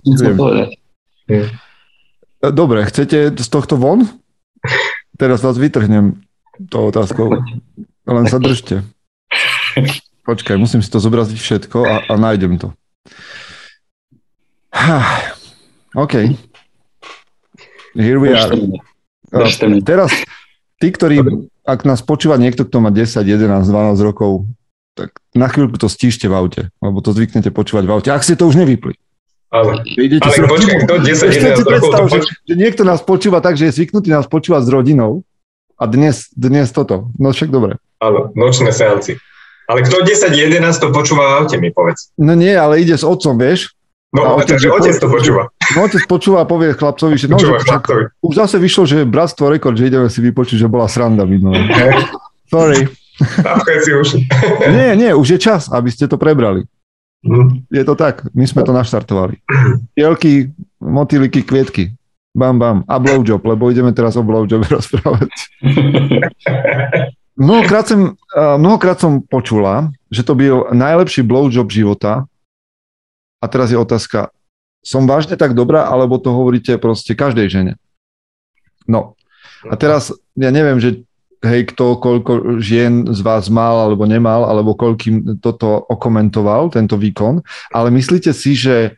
A: Dobre, chcete z tohto von? Teraz vás vytrhnem tou otázkou. Len sa držte. Počkaj, musím si to zobraziť všetko a nájdem to. OK. Here we are. Teraz, tí, ktorí, ak nás počúva niekto, kto má 10, 11, 12 rokov, tak na chvíľku to stíšte v aute, lebo to zvyknete počúvať v aute. Ak ste to už nevypli.
B: Ale počkaj, kto 10, 11 rokov to počúva?
A: Že niekto nás počúva tak, že je zvyknutý nás počúvať s rodinou a dnes toto. No však dobre.
B: Áno, nočné seanci. Ale kto 10, 11 to počúva v aute, mi povedz.
A: No nie, ale ide s otcom, vieš?
B: No, takže otec to počúva.
A: No, otec počúva a povie chlapcovi, že už zase vyšlo, že Bratstvo rekord, že ideme si vypočuť, že bola sranda minulé. Sorry.
B: Napchaj si už.
A: Nie, už je čas, aby ste to prebrali. Je to tak, my sme to naštartovali. Jelky, motýliky, kvietky. Bam, bam. A blowjob, lebo ideme teraz o blowjobe rozprávať. Mnohokrát som počula, že to byl najlepší blowjob života. A teraz je otázka, som vážne tak dobrá, alebo to hovoríte proste každej žene? No. A teraz, ja neviem, že koľko žien z vás mal alebo nemal, alebo koľkým toto okomentoval, tento výkon, ale myslíte si, že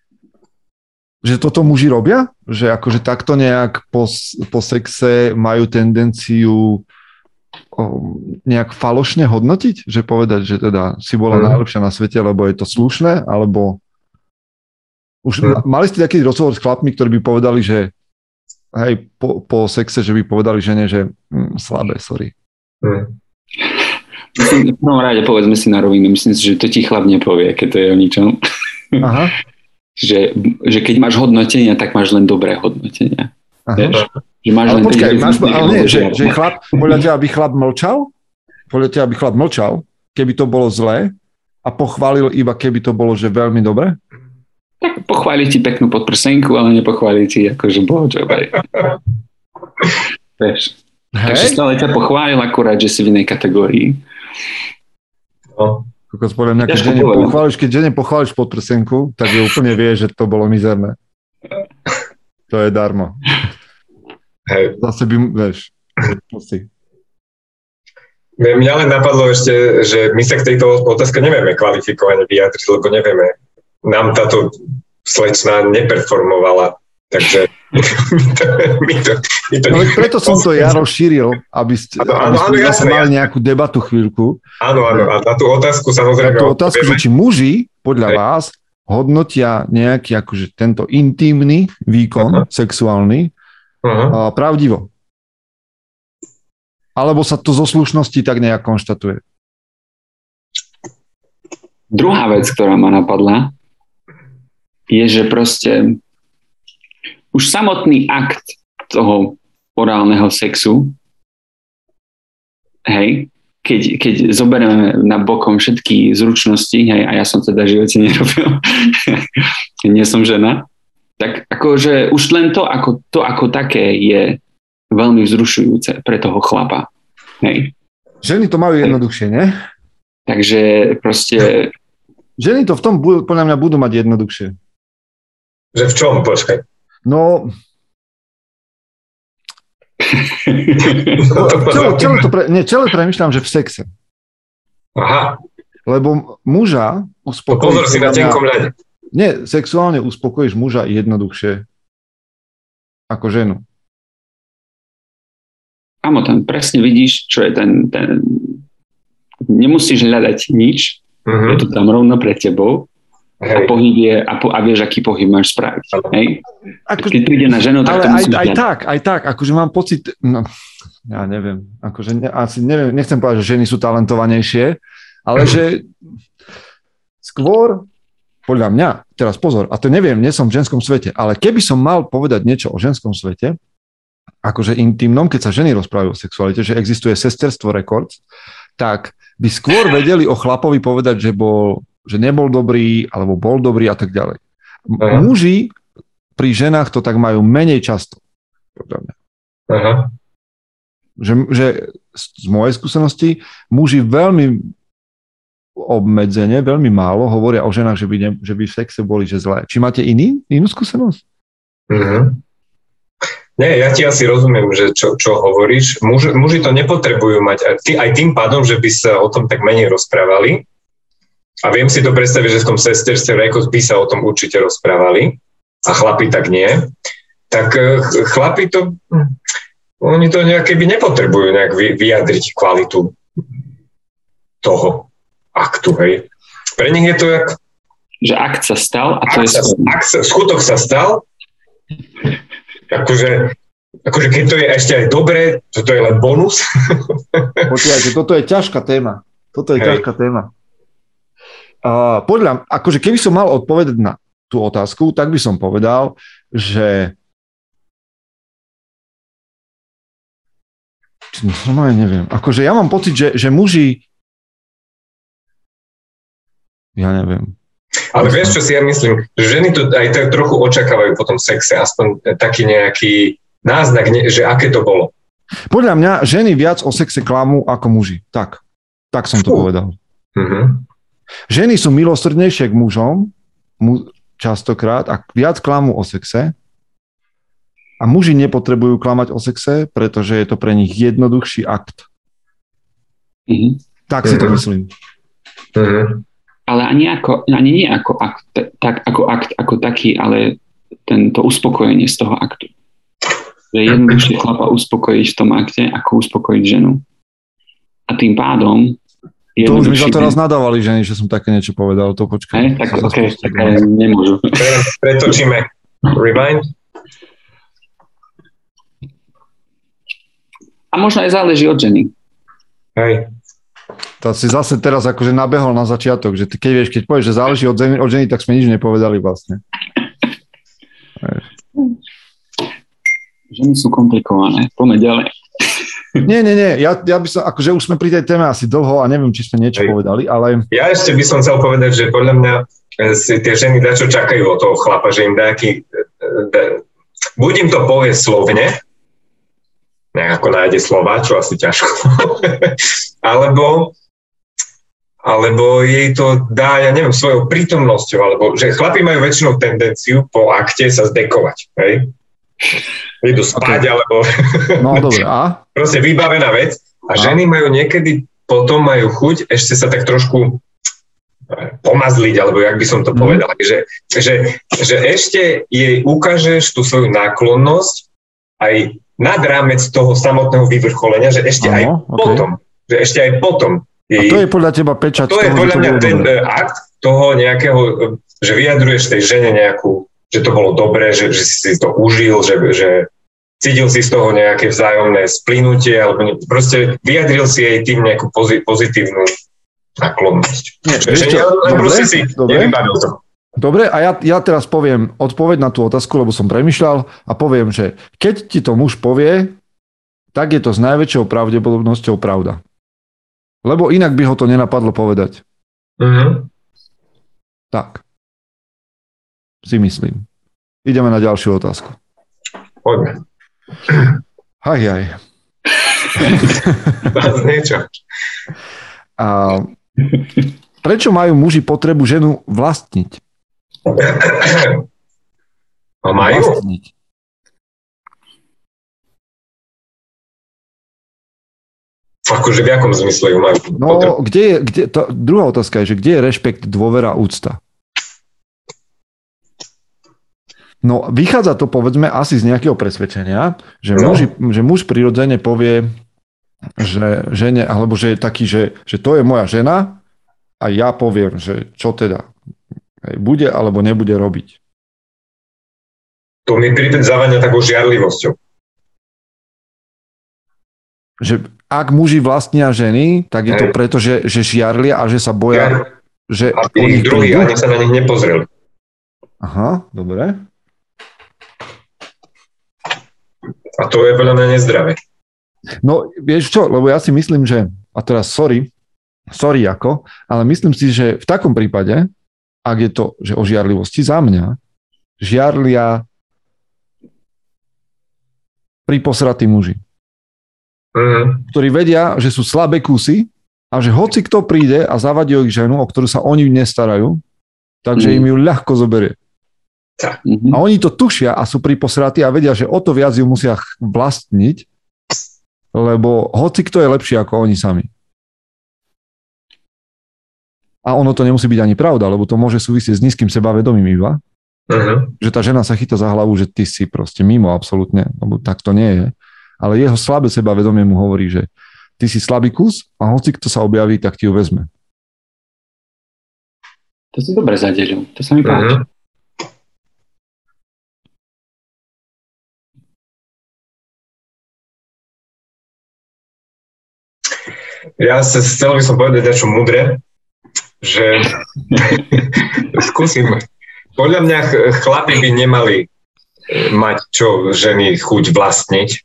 A: toto muži robia? Že akože takto nejak po sexe majú tendenciu nejak falošne hodnotiť? Že povedať, že teda si bola najlepšia na svete, lebo je to slušné, alebo už mali ste taký rozhovor s chlapmi, ktorí by povedali, že hej, po sexe, že by povedali žene, že slabé, sorry.
C: Myslím, v prvom rade povedzme si na rovinu, myslím si, že to ti chlap nepovie, keď to je o ničom. Aha. že keď máš hodnotenia, tak máš len dobré hodnotenia. Že máš ale len počkaj,
A: že chlap, podľa teba by chlap mlčal? Podľa teba by chlap mlčal, keby to bolo zlé a pochválil iba, keby to bolo, že veľmi dobre?
C: Tak pochváli ti peknú podprsenku, ale nepochváli ti akože blowjob. Vieš. Takže stále ťa pochválil, akurát, že si v inej kategórii.
A: No. Keď žene pochváliš podprsenku, tak je úplne vie, že to bolo mizerné. To je darmo.
B: Hej.
A: Zase by, vieš, musí.
B: Mňa len napadlo ešte, že my sa k tejto otázke nevieme kvalifikovane vyjadriť, lebo nevieme. Nám táto slečna neperformovala, takže my to
A: no, preto som to ja rozšíril, aby ste mali nejakú debatu chvíľku.
B: Áno, a na tú otázku samozrejme...
A: Na tú otázku, že či muži, podľa vás, hodnotia nejaký akože tento intímny výkon sexuálny pravdivo. Alebo sa to zo slušnosti tak nejak konštatuje?
C: Druhá vec, ktorá ma napadla, je, že proste už samotný akt toho orálneho sexu, hej, keď zoberieme na bokom všetky zručnosti, hej, a ja som teda v živote nerobil, nie som žena, tak akože už len to ako také je veľmi vzrušujúce pre toho chlapa. Hej.
A: Ženy to majú jednoduchšie, ne?
C: Takže proste...
A: Ženy to v tom podľa mňa budú mať jednoduchšie.
B: Že v čom, počkaj?
A: No... Celé premýšľam, že v sexe.
B: Aha.
A: Lebo muža uspokojíš...
B: Pozor si na tenkom ľade.
A: Nie, sexuálne uspokojíš muža jednoduchšie ako ženu.
C: Áno, tam presne vidíš, čo je ten... Nemusíš hľadať nič, je to tam rovno pred tebou. Hej. A pohyb je, a vieš, aký pohyb máš spraviť. Hej? Keď príde na ženu, tak to musíš
A: aj tak, akože mám pocit, no, ja neviem, akože asi neviem, nechcem povedať, že ženy sú talentovanejšie, ale že skôr, podľa mňa, teraz pozor, a to neviem, nie som v ženskom svete, ale keby som mal povedať niečo o ženskom svete, akože intimnom, keď sa ženy rozprávajú o sexualite, že existuje sesterstvo Records, tak by skôr vedeli o chlapovi povedať, že nebol dobrý, alebo bol dobrý a tak ďalej. Muži pri ženách to tak majú menej často. Aha. Že z mojej skúsenosti muži veľmi obmedzene, veľmi málo hovoria o ženách, že by v sexe boli že zlé. Či máte inú skúsenosť?
B: Nie, ja ti asi rozumiem, že čo hovoríš. Muži to nepotrebujú mať aj tým pádom, že by sa o tom tak menej rozprávali. A viem si to predstaviť, že v tom sesterstve Records by sa o tom určite rozprávali a chlapi tak nie. Tak chlapi to, oni to nejaké by nepotrebujú nejak vyjadriť kvalitu toho aktu, hej. Pre nich je to jak...
C: Že akt sa stal a to je...
B: Skutok sa stal, akože keď to je ešte aj dobré, to je len bonus.
A: Počúvajte, toto je ťažká téma. Ťažká téma. Akože keby som mal odpovedať na tú otázku, tak by som povedal, že neviem. Akože ja mám pocit, že muži ja neviem.
B: Ale vieš, čo si ja myslím? Že ženy to aj tak trochu očakávajú po tom sexe, aspoň taký nejaký náznak, že aké to bolo.
A: Podľa mňa ženy viac o sexe klamú ako muži. Tak som to povedal.
B: Uh-huh.
A: Ženy sú milosrdnejšie k mužom, častokrát, a viac klamú o sexe. A muži nepotrebujú klamať o sexe, pretože je to pre nich jednoduchší akt.
C: Uh-huh.
A: Tak si to myslím.
B: Uh-huh.
C: Ale ani nie ako akt, ako akt ako taký, ale to uspokojenie z toho aktu. Je jednoduchšie chlapa uspokojiť v tom akte, ako uspokojiť ženu. A tým pádom
A: to už mi za to raz nadávali ženy, že som také niečo povedal, to počkaj.
C: Tak nemôžu.
B: Pretočíme. Rewind.
C: A možno aj záleží od ženy.
B: Hej.
A: To si zase teraz akože nabehol na začiatok, že keď povieš, že záleží od ženy, tak sme nič nepovedali vlastne.
C: Ženy sú komplikované. Poďme ďalej.
A: Nie. Ja by som, akože už sme pri tej téme asi dlho a neviem, či sme niečo povedali, ale...
B: Ja ešte by som chcel povedať, že podľa mňa si tie ženy dačo čakajú od toho chlapa, že im buď im to povie slovne, nejako nájde slova, čo asi ťažko, alebo jej to dá, ja neviem, svojou prítomnosťou, alebo že chlapi majú väčšinou tendenciu po akte sa zdekovať, hej? Idú spať, alebo
A: no, dobre, a?
B: Proste vybavená vec a ženy majú niekedy, potom majú chuť ešte sa tak trošku pomazliť, alebo jak by som to povedal, že ešte jej ukážeš tú svoju náklonnosť aj nad rámec toho samotného vyvrcholenia, že ešte potom. Že ešte aj potom.
A: A to je podľa teba pečať
B: to
A: toho,
B: je podľa mňa ten akt toho nejakého, že vyjadruješ tej žene nejakú, že to bolo dobré, že si to užil, že cítil si z toho nejaké vzájomné splynutie, alebo proste vyjadril si jej tým nejakú pozitívnu náklonnosť. Nevybavil to.
A: Dobre, a ja teraz poviem odpoveď na tú otázku, lebo som premýšľal a poviem, že keď ti to muž povie, tak je to s najväčšou pravdepodobnosťou pravda. Lebo inak by ho to nenapadlo povedať.
B: Uh-huh.
A: Tak. Si myslím. Ideme na ďalšiu otázku.
B: Poďme.
A: Haj.
B: Niečo.
A: Prečo majú muži potrebu ženu vlastniť?
B: A majú?
A: Vlastniť.
B: Akože v jakom zmysle ju majú?
A: No, druhá otázka je, že kde je rešpekt, dôvera, úcta? No, vychádza to, povedzme, asi z nejakého presvedčenia, že muž prirodzene povie, že žene, alebo že je taký, že to je moja žena a ja poviem, že čo teda bude alebo nebude robiť.
B: To mi prizávaňa takou žiarlivosťou.
A: Že ak muži vlastnia ženy, tak je to preto, že žiarlia a že sa boja, že
B: aby druhý ani sa na nich nepozreli.
A: Aha, dobre.
B: A to je podľa mňa nezdravé.
A: No, vieš čo, lebo ja si myslím, že, a teraz sorry ako, ale myslím si, že v takom prípade, ak je to, že o žiarlivosti za mňa, žiarlia priposratí muži. Ktorí vedia, že sú slabé kusy a že hoci kto príde a zavadí o ich ženu, o ktorú sa oni nestarajú, takže im ju ľahko zoberie. A oni to tušia a sú priposratí a vedia, že o to viac ju musia vlastniť, lebo hoci kto je lepší ako oni sami. A ono to nemusí byť ani pravda, lebo to môže súvisieť s nízkym sebavedomím iba. Že tá žena sa chytá za hlavu, že ty si proste mimo absolútne, lebo tak to nie je. Ale jeho slabé sebavedomie mu hovorí, že ty si slabý kus a hoci kto sa objaví, tak ti ju vezme.
C: To si dobre zadelil, to sa mi páči.
B: Ja chcel by som povedať niečo múdre, že skúsim. Podľa mňa chlapi by nemali mať čo ženy chuť vlastniť.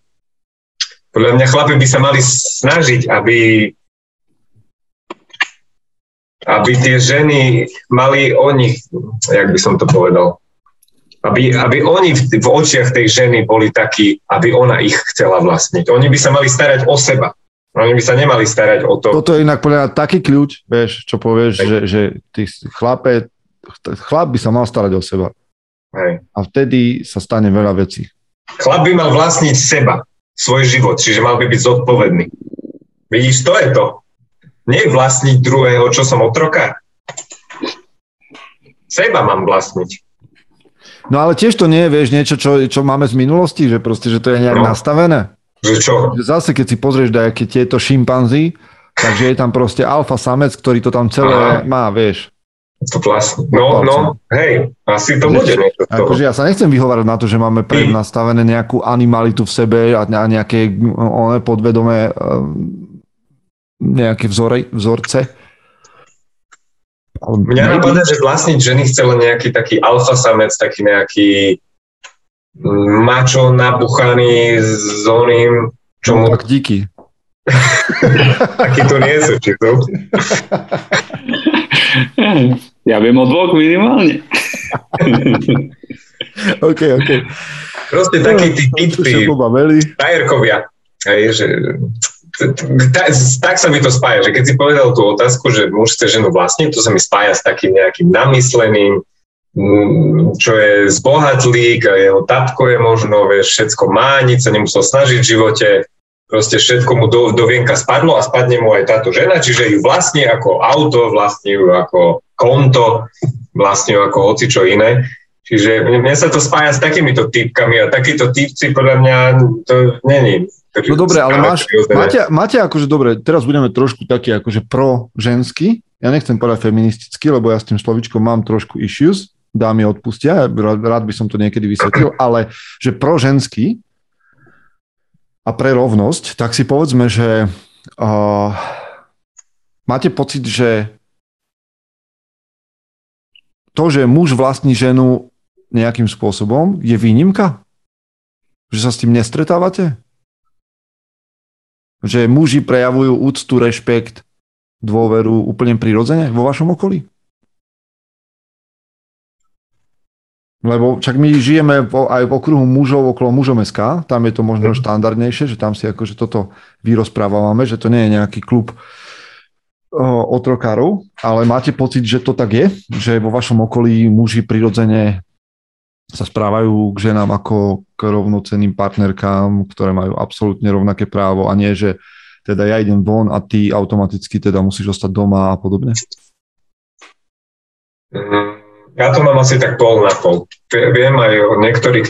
B: Podľa mňa chlapi by sa mali snažiť, aby aby tie ženy mali o nich, jak by som to povedal, aby oni v očiach tej ženy boli takí, aby ona ich chcela vlastniť. Oni by sa mali starať o seba. Oni by sa nemali starať o to.
A: Toto je inak podľa taký kľúč, vieš, čo povieš, že ty chlap by sa mal starať o seba.
B: Hej.
A: A vtedy sa stane veľa vecí.
B: Chlap by mal vlastniť seba, svoj život, čiže mal by byť zodpovedný. Vidíš, to je to. Nie vlastniť druhého, čo som otrokár. Seba mám vlastniť.
A: No ale tiež to nie je, vieš, niečo, čo máme z minulosti, že proste, že to je nejak nastavené.
B: Že čo?
A: Zase, keď si pozrieš dajaké tieto šimpanzi, takže je tam proste alfa samec, ktorý to tam celé má, vieš.
B: To vlastne. No, hej, asi to bude niečo.
A: Akože ja sa nechcem vyhovárať na to, že máme prednastavené nejakú animalitu v sebe a nejaké podvedomé nejaké vzorce.
B: Mňa napadá, že vlastniť ženy chcela nejaký taký alfa samec, taký nejaký mačo nabuchaný s oným, čo mu...
A: Tak díky.
B: Taký to nie sú, či to?
C: Ja viem o dvoch minimálne.
A: OK.
B: Proste takí tí typy, tajerkovia. Že... Tak sa mi to spája, že keď si povedal tú otázku, že muž chce ženu vlastniť, to sa mi spája s takým nejakým namysleným, čo je zbohatlík a jeho tatko je možno, vieš, všetko má, nič sa nemusel snažiť v živote, proste všetko mu do vienka spadlo a spadne mu aj táto žena, čiže ju vlastní ako auto, vlastní ju ako konto, vlastní ju ako hocičo iné. Čiže mne sa to spája s takýmito typkami a takíto typci podľa mňa to není.
A: No dobre, ale máte akože dobre, teraz budeme trošku taký akože pro-ženský, ja nechcem povedať feministicky, lebo ja s tým slovičkom mám trošku issues, dámy odpustia, rád by som to niekedy vysvetlil, ale že pro-ženský a pre rovnosť, tak si povedzme, že máte pocit, že to, že muž vlastní ženu nejakým spôsobom, je výnimka? Že sa s tým nestretávate? Že muži prejavujú úctu, rešpekt, dôveru úplne prirodzene vo vašom okolí? Lebo však my žijeme aj v okruhu mužov okolo mužom.sk, tam je to možno štandardnejšie, že tam si akože toto vyrozprávame, že to nie je nejaký klub otrokárov, ale máte pocit, že to tak je? Že vo vašom okolí muži prirodzene sa správajú k ženám ako k rovnocenným partnerkám, ktoré majú absolútne rovnaké právo a nie, že teda ja idem von a ty automaticky teda musíš ostať doma a podobne?
B: Ja to mám asi tak pol na pol. Viem aj o niektorých,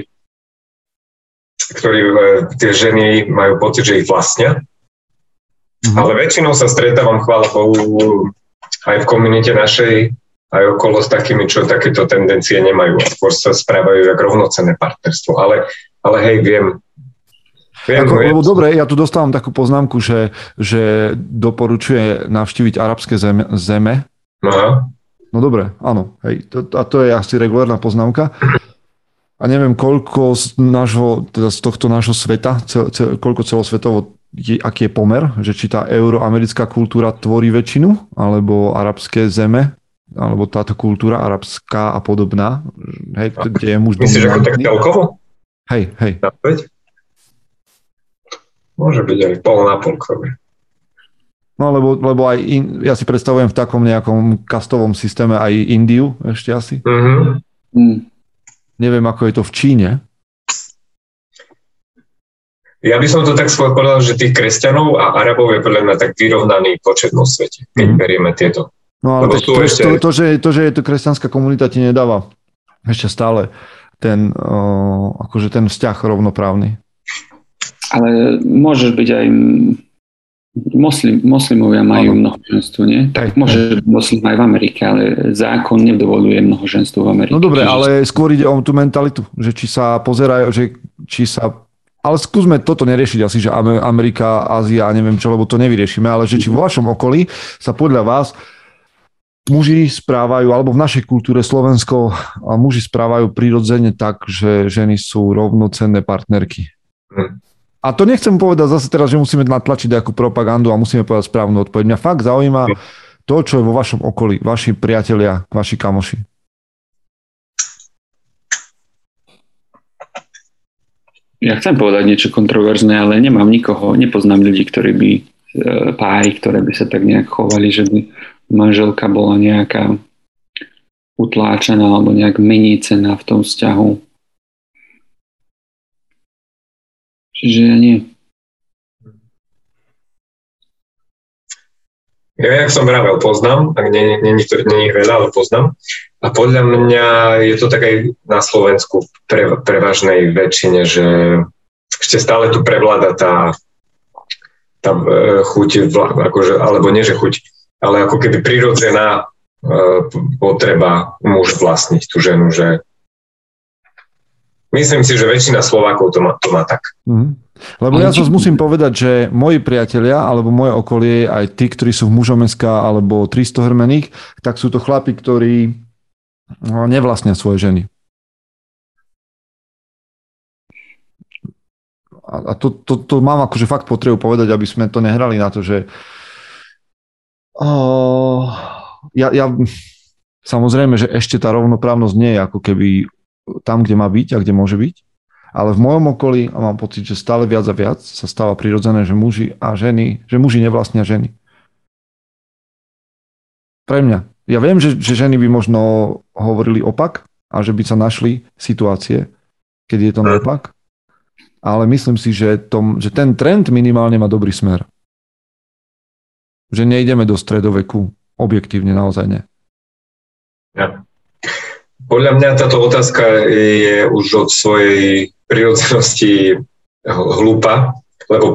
B: ktorí tie ženy majú pocit, že ich vlastnia. Ale väčšinou sa stretávam, chvála Bohu, aj v komunite našej, aj okolo s takými, čo takéto tendencie nemajú. Skôr sa správajú ako rovnocenné partnerstvo. Ale hej, viem.
A: Lebo dobre, ja tu dostávam takú poznámku, že doporučuje navštíviť arabské zeme.
B: Aha.
A: No dobre, áno. Hej, to je asi regulárna poznámka. A neviem, koľko z tohto nášho sveta, koľko celosvetovo, aký je pomer, že či tá euroamerická kultúra tvorí väčšinu, alebo arabské zeme, alebo táto kultúra arabská a podobná, hej, kde je muž dominantný.
B: Myslíš ako tak celkovo?
A: Hej.
B: Môže byť aj pol na pol.
A: No, lebo aj ja si predstavujem v takom nejakom kastovom systéme aj Indiu ešte asi. Neviem, ako je to v Číne.
B: Ja by som to tak skôr povedal, že tých kresťanov a Arabov je podľa mňa tak vyrovnaný počet vo svete, keď berieme tieto.
A: No ale to, že je to kresťanská komunita, ti nedáva ešte stále ten vzťah rovnoprávny. Ale
C: môžeš byť aj moslimovia majú mnohoženstvo, nie? Tak môže byť moslim aj v Amerike, ale zákon nedovoluje mnohoženstvo v Amerike.
A: No dobre, ale skôr ide o tú mentalitu, že či sa pozerajú, ale skúsme toto neriešiť asi, že Amerika, Ázia a neviem čo, lebo to nevyriešime, ale že či vo vašom okolí sa podľa vás muži správajú, alebo v našej kultúre Slovensko, muži správajú prirodzene tak, že ženy sú rovnocenné partnerky. A to nechcem povedať zase teraz, že musíme natlačiť nejakú propagandu a musíme povedať správnu odpoveď. Mňa fakt zaujíma To, čo je vo vašom okolí, vaši priatelia, vaši kamoši.
C: Ja chcem povedať niečo kontroverzné, ale nemám nikoho, nepoznám ľudí, ktorí by páry, ktoré by sa tak nejak chovali, že by manželka bola nejaká utláčaná alebo nejak menícená v tom vzťahu. Čiže ja nie.
B: Ja, jak som vravel, poznám, ak nie ich veľa, ale poznám. A podľa mňa je to tak aj na Slovensku prevažnej väčšine, že ešte stále tu prevláda tá chuť, akože, alebo nie, že chuť, ale ako keby prirodzená potreba muž vlastniť tú ženu, že myslím si, že väčšina Slovákov to má tak.
A: Lebo ja zase musím povedať, že moji priatelia alebo moje okolie, aj tí, ktorí sú v Mužom.sk alebo 300 hrmených, tak sú to chlapi, ktorí nevlastnia svoje ženy. A to mám akože fakt potrebu povedať, aby sme to nehrali na to, že ja samozrejme, že ešte tá rovnoprávnosť nie je ako keby tam, kde má byť a kde môže byť. Ale v mojom okolí, a mám pocit, že stále viac a viac sa stáva prirodzené, že muži nevlastnia ženy. Pre mňa. Ja viem, že ženy by možno hovorili opak a že by sa našli situácie, keď je to naopak. Ale myslím si, že ten trend minimálne má dobrý smer. Že nejdeme do stredoveku. Objektívne naozaj nie.
B: Ja. Podľa mňa táto otázka je už od svojej prirodzenosti hlúpa, lebo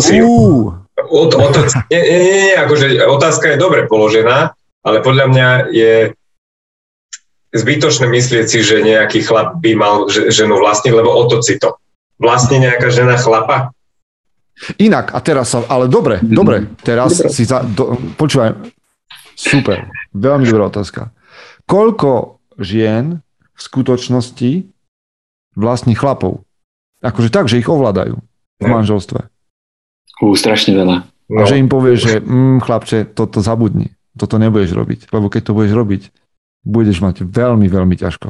B: akože otázka je dobre položená, ale podľa mňa je zbytočné myslieť si, že nejaký chlap by mal ženu vlastniť, lebo otoci to. Vlastní nejaká žena chlapa?
A: Inak, a teraz ale dobre, teraz si počúvaj, super, veľmi dobrá otázka. Koľko žien v skutočnosti vlastní chlapov? Akože tak, že ich ovládajú v manželstve.
C: Strašne veľa.
A: A že im povie, že chlapče, toto zabudni. Toto nebudeš robiť. Lebo keď to budeš robiť, budeš mať veľmi, veľmi ťažko.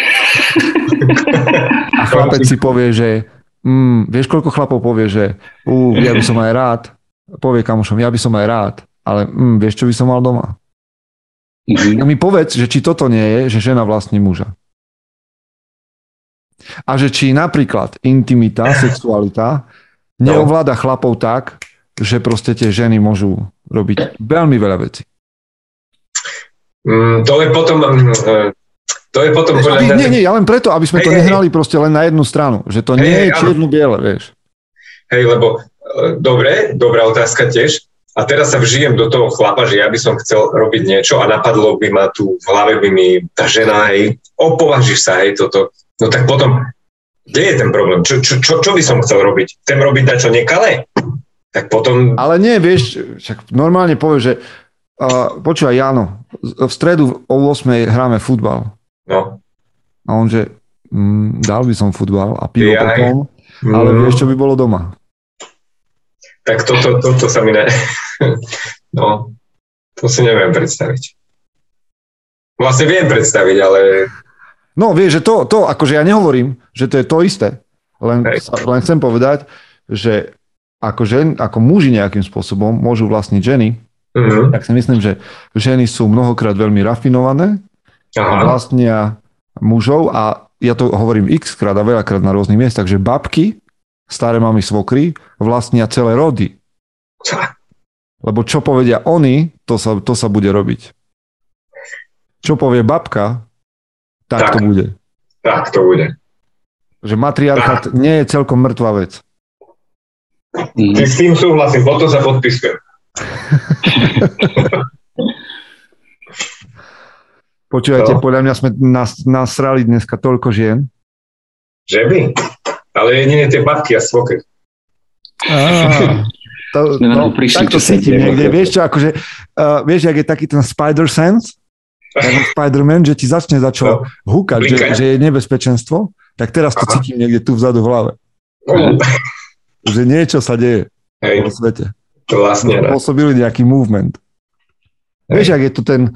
A: A chlapec si povie, že vieš, koľko chlapov povie, že ja by som aj rád, povie kamošom, ja by som aj rád, ale vieš, čo by som mal doma? A mi povedz, že či toto nie je, že žena vlastní muža. A že či napríklad intimita, sexualita neovláda chlapov tak, že proste tie ženy môžu robiť veľmi veľa vecí.
B: To je potom podľa mňa...
A: Nie, ja len preto, aby sme to nehrali proste len na jednu stranu. Že to nie je čierno-biele, vieš.
B: Hej, lebo dobrá otázka tiež. A teraz sa vžijem do toho chlapa, že ja by som chcel robiť niečo a napadlo by ma tu v hlave by mi tá žena, hej, opovažíš sa, hej, toto. No tak potom, kde je ten problém? Čo by som chcel robiť? Chcem robiť dačo nekalé? Tak potom...
A: Ale nie, vieš, však normálne povie, že počúvaj, Jano, v stredu o 8 hráme futbal.
B: No.
A: A on, že dal by som futbal a pivo potom, ale vieš, čo by bolo doma?
B: Tak toto sa mi No, to si neviem predstaviť. Vlastne viem predstaviť, ale...
A: No, vieš, že to akože ja nehovorím, že to je to isté. Len chcem povedať, že ako muži nejakým spôsobom môžu vlastniť ženy, tak si myslím, že ženy sú mnohokrát veľmi rafinované a vlastnia mužov a ja to hovorím x-krát a veľakrát na rôznych miestach, že babky, staré mamy, svokry vlastnia celé rody. Lebo čo povedia oni, to sa bude robiť. Čo povie babka, tak to bude.
B: Tak to bude.
A: Že matriarchát nie je celkom mŕtva vec.
B: S tým súhlasím, potom sa podpisujem.
A: Počúvajte, podľa mňa sme nasrali dneska toľko žien.
B: Že by? Ale jedine tie babky a svokry.
A: Tak to cítim niekde. Vieš čo, akože, vieš, jak je taký ten spider sense, Spider-Man, že ti začne húkať, že je nebezpečenstvo, tak teraz to cítim niekde tu vzadu v hlave. Že niečo sa deje vo svete.
B: Vlastne.
A: Pôsobili nejaký movement. Vieš, ak je to ten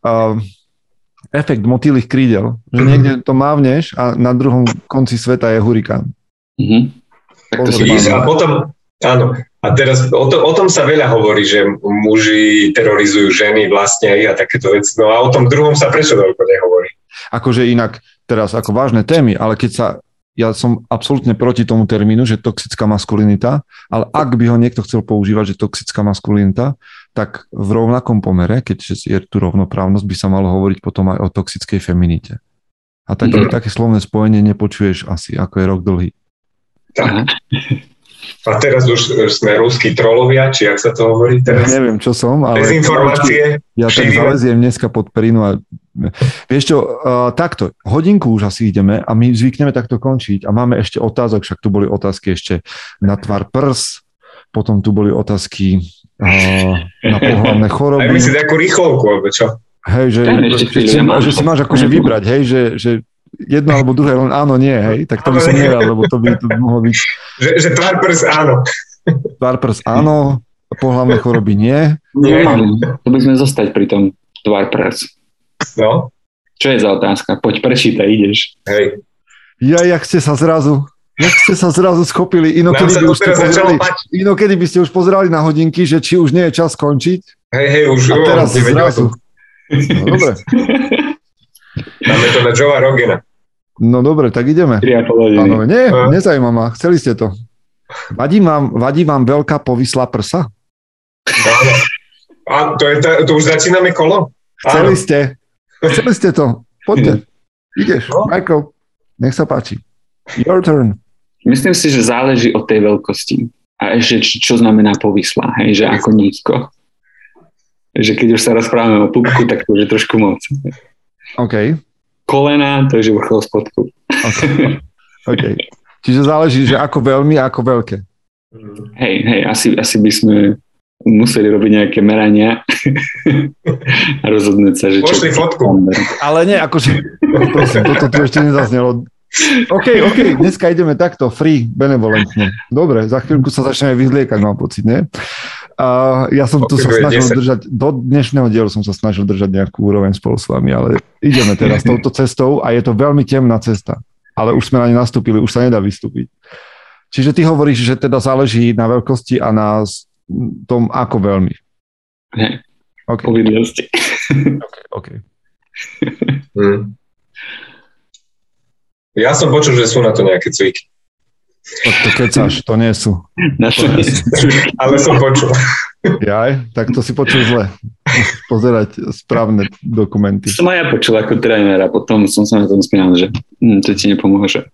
A: efekt motýlych krídel, že niekde to mávneš a na druhom konci sveta je hurikán.
B: Tak to a potom, áno, a teraz o tom sa veľa hovorí, že muži terorizujú ženy vlastne a takéto veci, no a o tom druhom sa prečo toľko nehovorí?
A: Akože inak, teraz ako vážne témy, ale ja som absolútne proti tomu termínu, že toxická maskulinita, ale ak by ho niekto chcel používať, že toxická maskulinita, tak v rovnakom pomere, keďže je tu rovnoprávnosť, by sa malo hovoriť potom aj o toxickej feminite. A také slovné spojenie nepočuješ asi, ako je rok dlhý.
B: Tak. A teraz už sme ruskí trolovia, či jak sa to hovorí teraz?
A: Ja neviem, čo som, ale...
B: Dezinformácie.
A: Ja tak zaleziem dneska pod perinu a... Vieš čo, takto, hodinku už asi ideme a my zvykneme takto končiť a máme ešte otázok, však tu boli otázky ešte na tvar prs, potom tu boli otázky na pohlavné choroby.
B: Aj my si takú rýchlovku, alebo čo?
A: Hej, že si máš akože vybrať, hej, že jedno alebo druhé, len áno, nie, hej, tak to by som neral, lebo to by to mohlo byť...
B: Že tvar prs áno.
A: Tvar prs áno, pohlavné choroby nie.
C: Nie. To by sme zostať pri tom tvar prs.
B: No.
C: Čo je za otázka? Poď prečítaj, ideš.
B: Hej.
A: Jak ste sa zrazu schopili, inokedy by ste už pozerali na hodinky, že či už nie je čas skončiť.
B: Hej, už.
A: A teraz zrazu. No, dobre.
B: Dáme to na Joea Rogana.
A: No dobre, tak ideme.
C: 3,5 hodiny.
A: Áno, nie, nezajíma ma. Chceli ste to. Vadí vám veľká povislá prsa?
B: Áno. A to už začíname kolo?
A: Chceli ste to. Poďte. Ideš. No. Michael, nech sa páči. Your turn.
C: Myslím si, že záleží od tej veľkosti. A ešte, čo znamená povislá, hej, že ako nízko. Že keď už sa rozprávame o pupku, tak to je trošku moc.
A: OK.
C: Kolena, to je vrchol spodku.
A: OK. Čiže záleží, že ako veľmi a ako veľké.
C: Hej, asi by sme museli robiť nejaké merania a rozhodnúť sa, že čo...
B: Pošli fotku.
A: Ale nie, akože... Prosím, toto tu ešte nezaznelo. OK, dneska ideme takto, free, benevolentne. Dobre, za chvíľku sa začneme vyzliekať, mám pocit, nie? Ja som tu sa snažil držať, do dnešného dielu som sa snažil držať nejakú úroveň spolu s vami, ale ideme teraz touto cestou a je to veľmi temná cesta. Ale už sme na nej nastúpili, už sa nedá vystúpiť. Čiže ty hovoríš, že teda záleží na veľkosti a na tom, ako veľmi.
C: Hej,
A: okay.
C: Povinnosti.
A: OK.
B: Ja som počul, že sú na to nejaké cviky.
A: To kecáš, to nie sú.
B: Ale som počul.
A: Jaj, tak to si počul zle. Pozerať správne dokumenty.
C: Som aj ja počul ako tréner a potom som sa na tom spínal, že to ti nepomôže.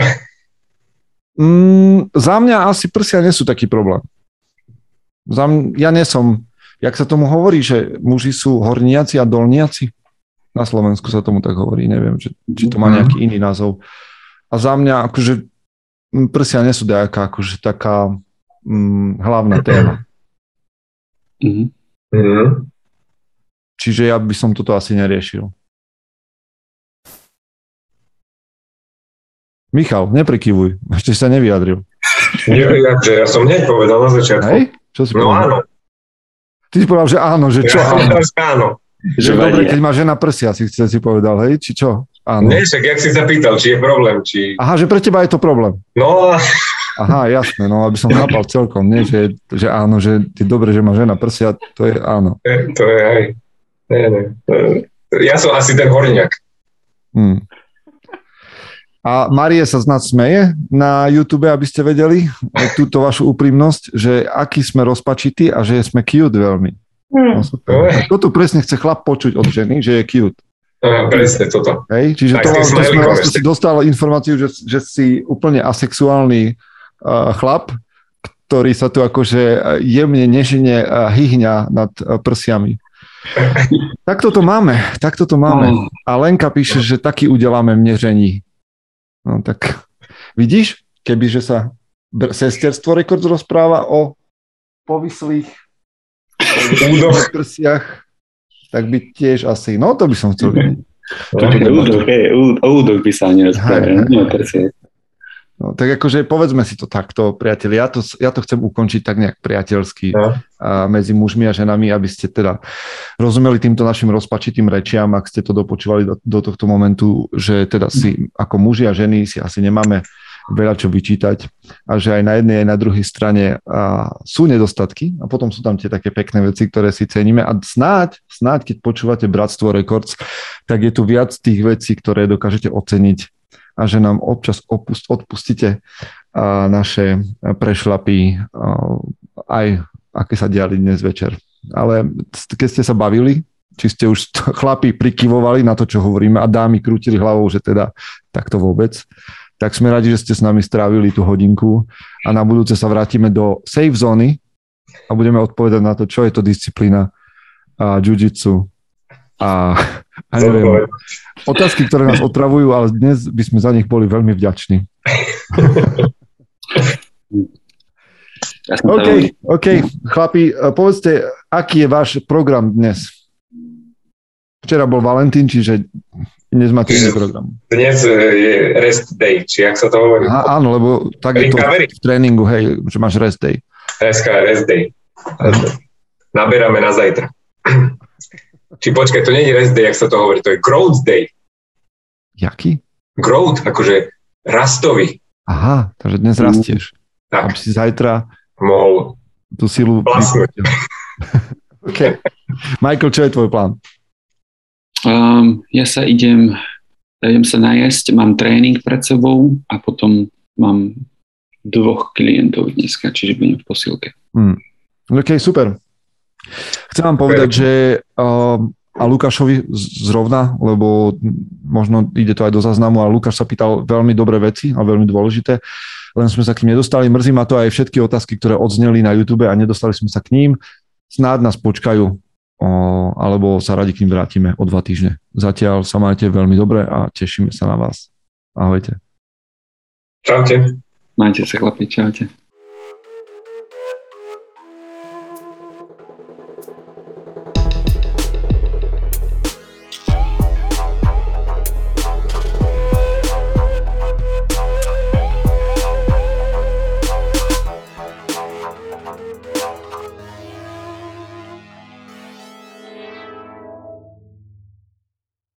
A: Za mňa asi prsia nie sú taký problém. Ja nie som, jak sa tomu hovorí, že muži sú horniaci a dolniaci. Na Slovensku sa tomu tak hovorí, neviem, či to má nejaký iný názov. A za mňa akože prsia nie sú nejaká akože taká hlavná téma. Čiže ja by som toto asi neriešil. Michal, neprikyvuj, ešte sa nevyjadril.
B: Ja som hneď povedal na začiatku.
A: Hej? Čo si povedal?
B: Áno.
A: Ty si povedal, že áno, že čo
B: áno.
A: Že dobre, keď má žena prsia, si povedal, hej, či čo? Áno.
B: Nie, však jak si sa pýtal, či je problém, či...
A: Aha, že pre teba je to problém.
B: No...
A: Aha, jasné, no aby som chápal celkom, nie, že áno, že je dobre, že má žena prsia, to je áno.
B: To je aj... Nie. Ja som asi ten horňák.
A: A Marie sa z nás smeje na YouTube, aby ste vedeli túto vašu úprimnosť, že aký sme rozpačití a že sme cute veľmi. No, toto presne chce chlap počuť od ženy, že je cute.
B: Presne toto.
A: Hej, čiže to sme vlastne si dostal informáciu, že si úplne asexuálny chlap, ktorý sa tu akože jemne, nežine hyhňa nad prsiami. Takto to máme. A Lenka píše, že taký udeláme mnežení. No tak vidíš, kebyže sa sesterstvo Records rozpráva o povislých prsiach, tak by tiež asi, no to by som chcel vidieť.
C: O údoch by sa nerozprávali, nie o prsiach.
A: No, tak akože povedzme si to takto, priatelia, ja to chcem ukončiť tak nejak priateľsky medzi mužmi a ženami, aby ste teda rozumeli týmto našim rozpačitým rečiam, ak ste to dopočúvali do tohto momentu, že teda si ako muži a ženy si asi nemáme veľa čo vyčítať a že aj na jednej, aj na druhej strane sú nedostatky a potom sú tam tie také pekné veci, ktoré si ceníme a snáď, keď počúvate Bratstvo Records, tak je tu viac tých vecí, ktoré dokážete oceniť a že nám občas odpustíte naše prešlapy aj aké sa diali dnes večer. Ale keď ste sa bavili, či ste už chlapi prikyvovali na to, čo hovoríme a dámy krútili hlavou, že teda takto vôbec, tak sme radi, že ste s nami strávili tú hodinku a na budúce sa vrátime do safe zóny a budeme odpovedať na to, čo je to disciplína jiu-jitsu a neviem, otázky, ktoré nás otravujú, ale dnes by sme za nich boli veľmi vďační. OK, chlapi, povedzte, aký je váš program dnes? Včera bol Valentín, čiže dnes máte iný program.
B: Dnes je rest day, či jak sa to hovorí?
A: Áno, lebo tak je to v tréningu, hej, že máš rest day. Rest day.
B: Naberáme na zajtra. Či počkaj, to nie je rest day, jak sa to hovorí, to je growth day.
A: Jaký?
B: Growth, akože rastový.
A: Aha, takže dnes rastieš.
B: Tak.
A: Aby si zajtra
B: mohol
A: tú silu
B: plasnúť.
A: OK. Michael, čo je tvoj plán?
C: Ja sa idem sa najesť, mám tréning pred sebou a potom mám 2 klientov dneska, čiže budem v posilke.
A: OK, super. Chcem vám povedať, že a Lukášovi zrovna, lebo možno ide to aj do záznamu, a Lukáš sa pýtal veľmi dobré veci a veľmi dôležité, len sme sa k ním nedostali. Mrzí ma to aj všetky otázky, ktoré odzneli na YouTube a nedostali sme sa k ním. Snáď nás počkajú, alebo sa radi k ním vrátime o 2 týždne. Zatiaľ sa majte veľmi dobre a tešíme sa na vás. Ahojte.
B: Čaute.
C: Majte sa, chlapi, čaute.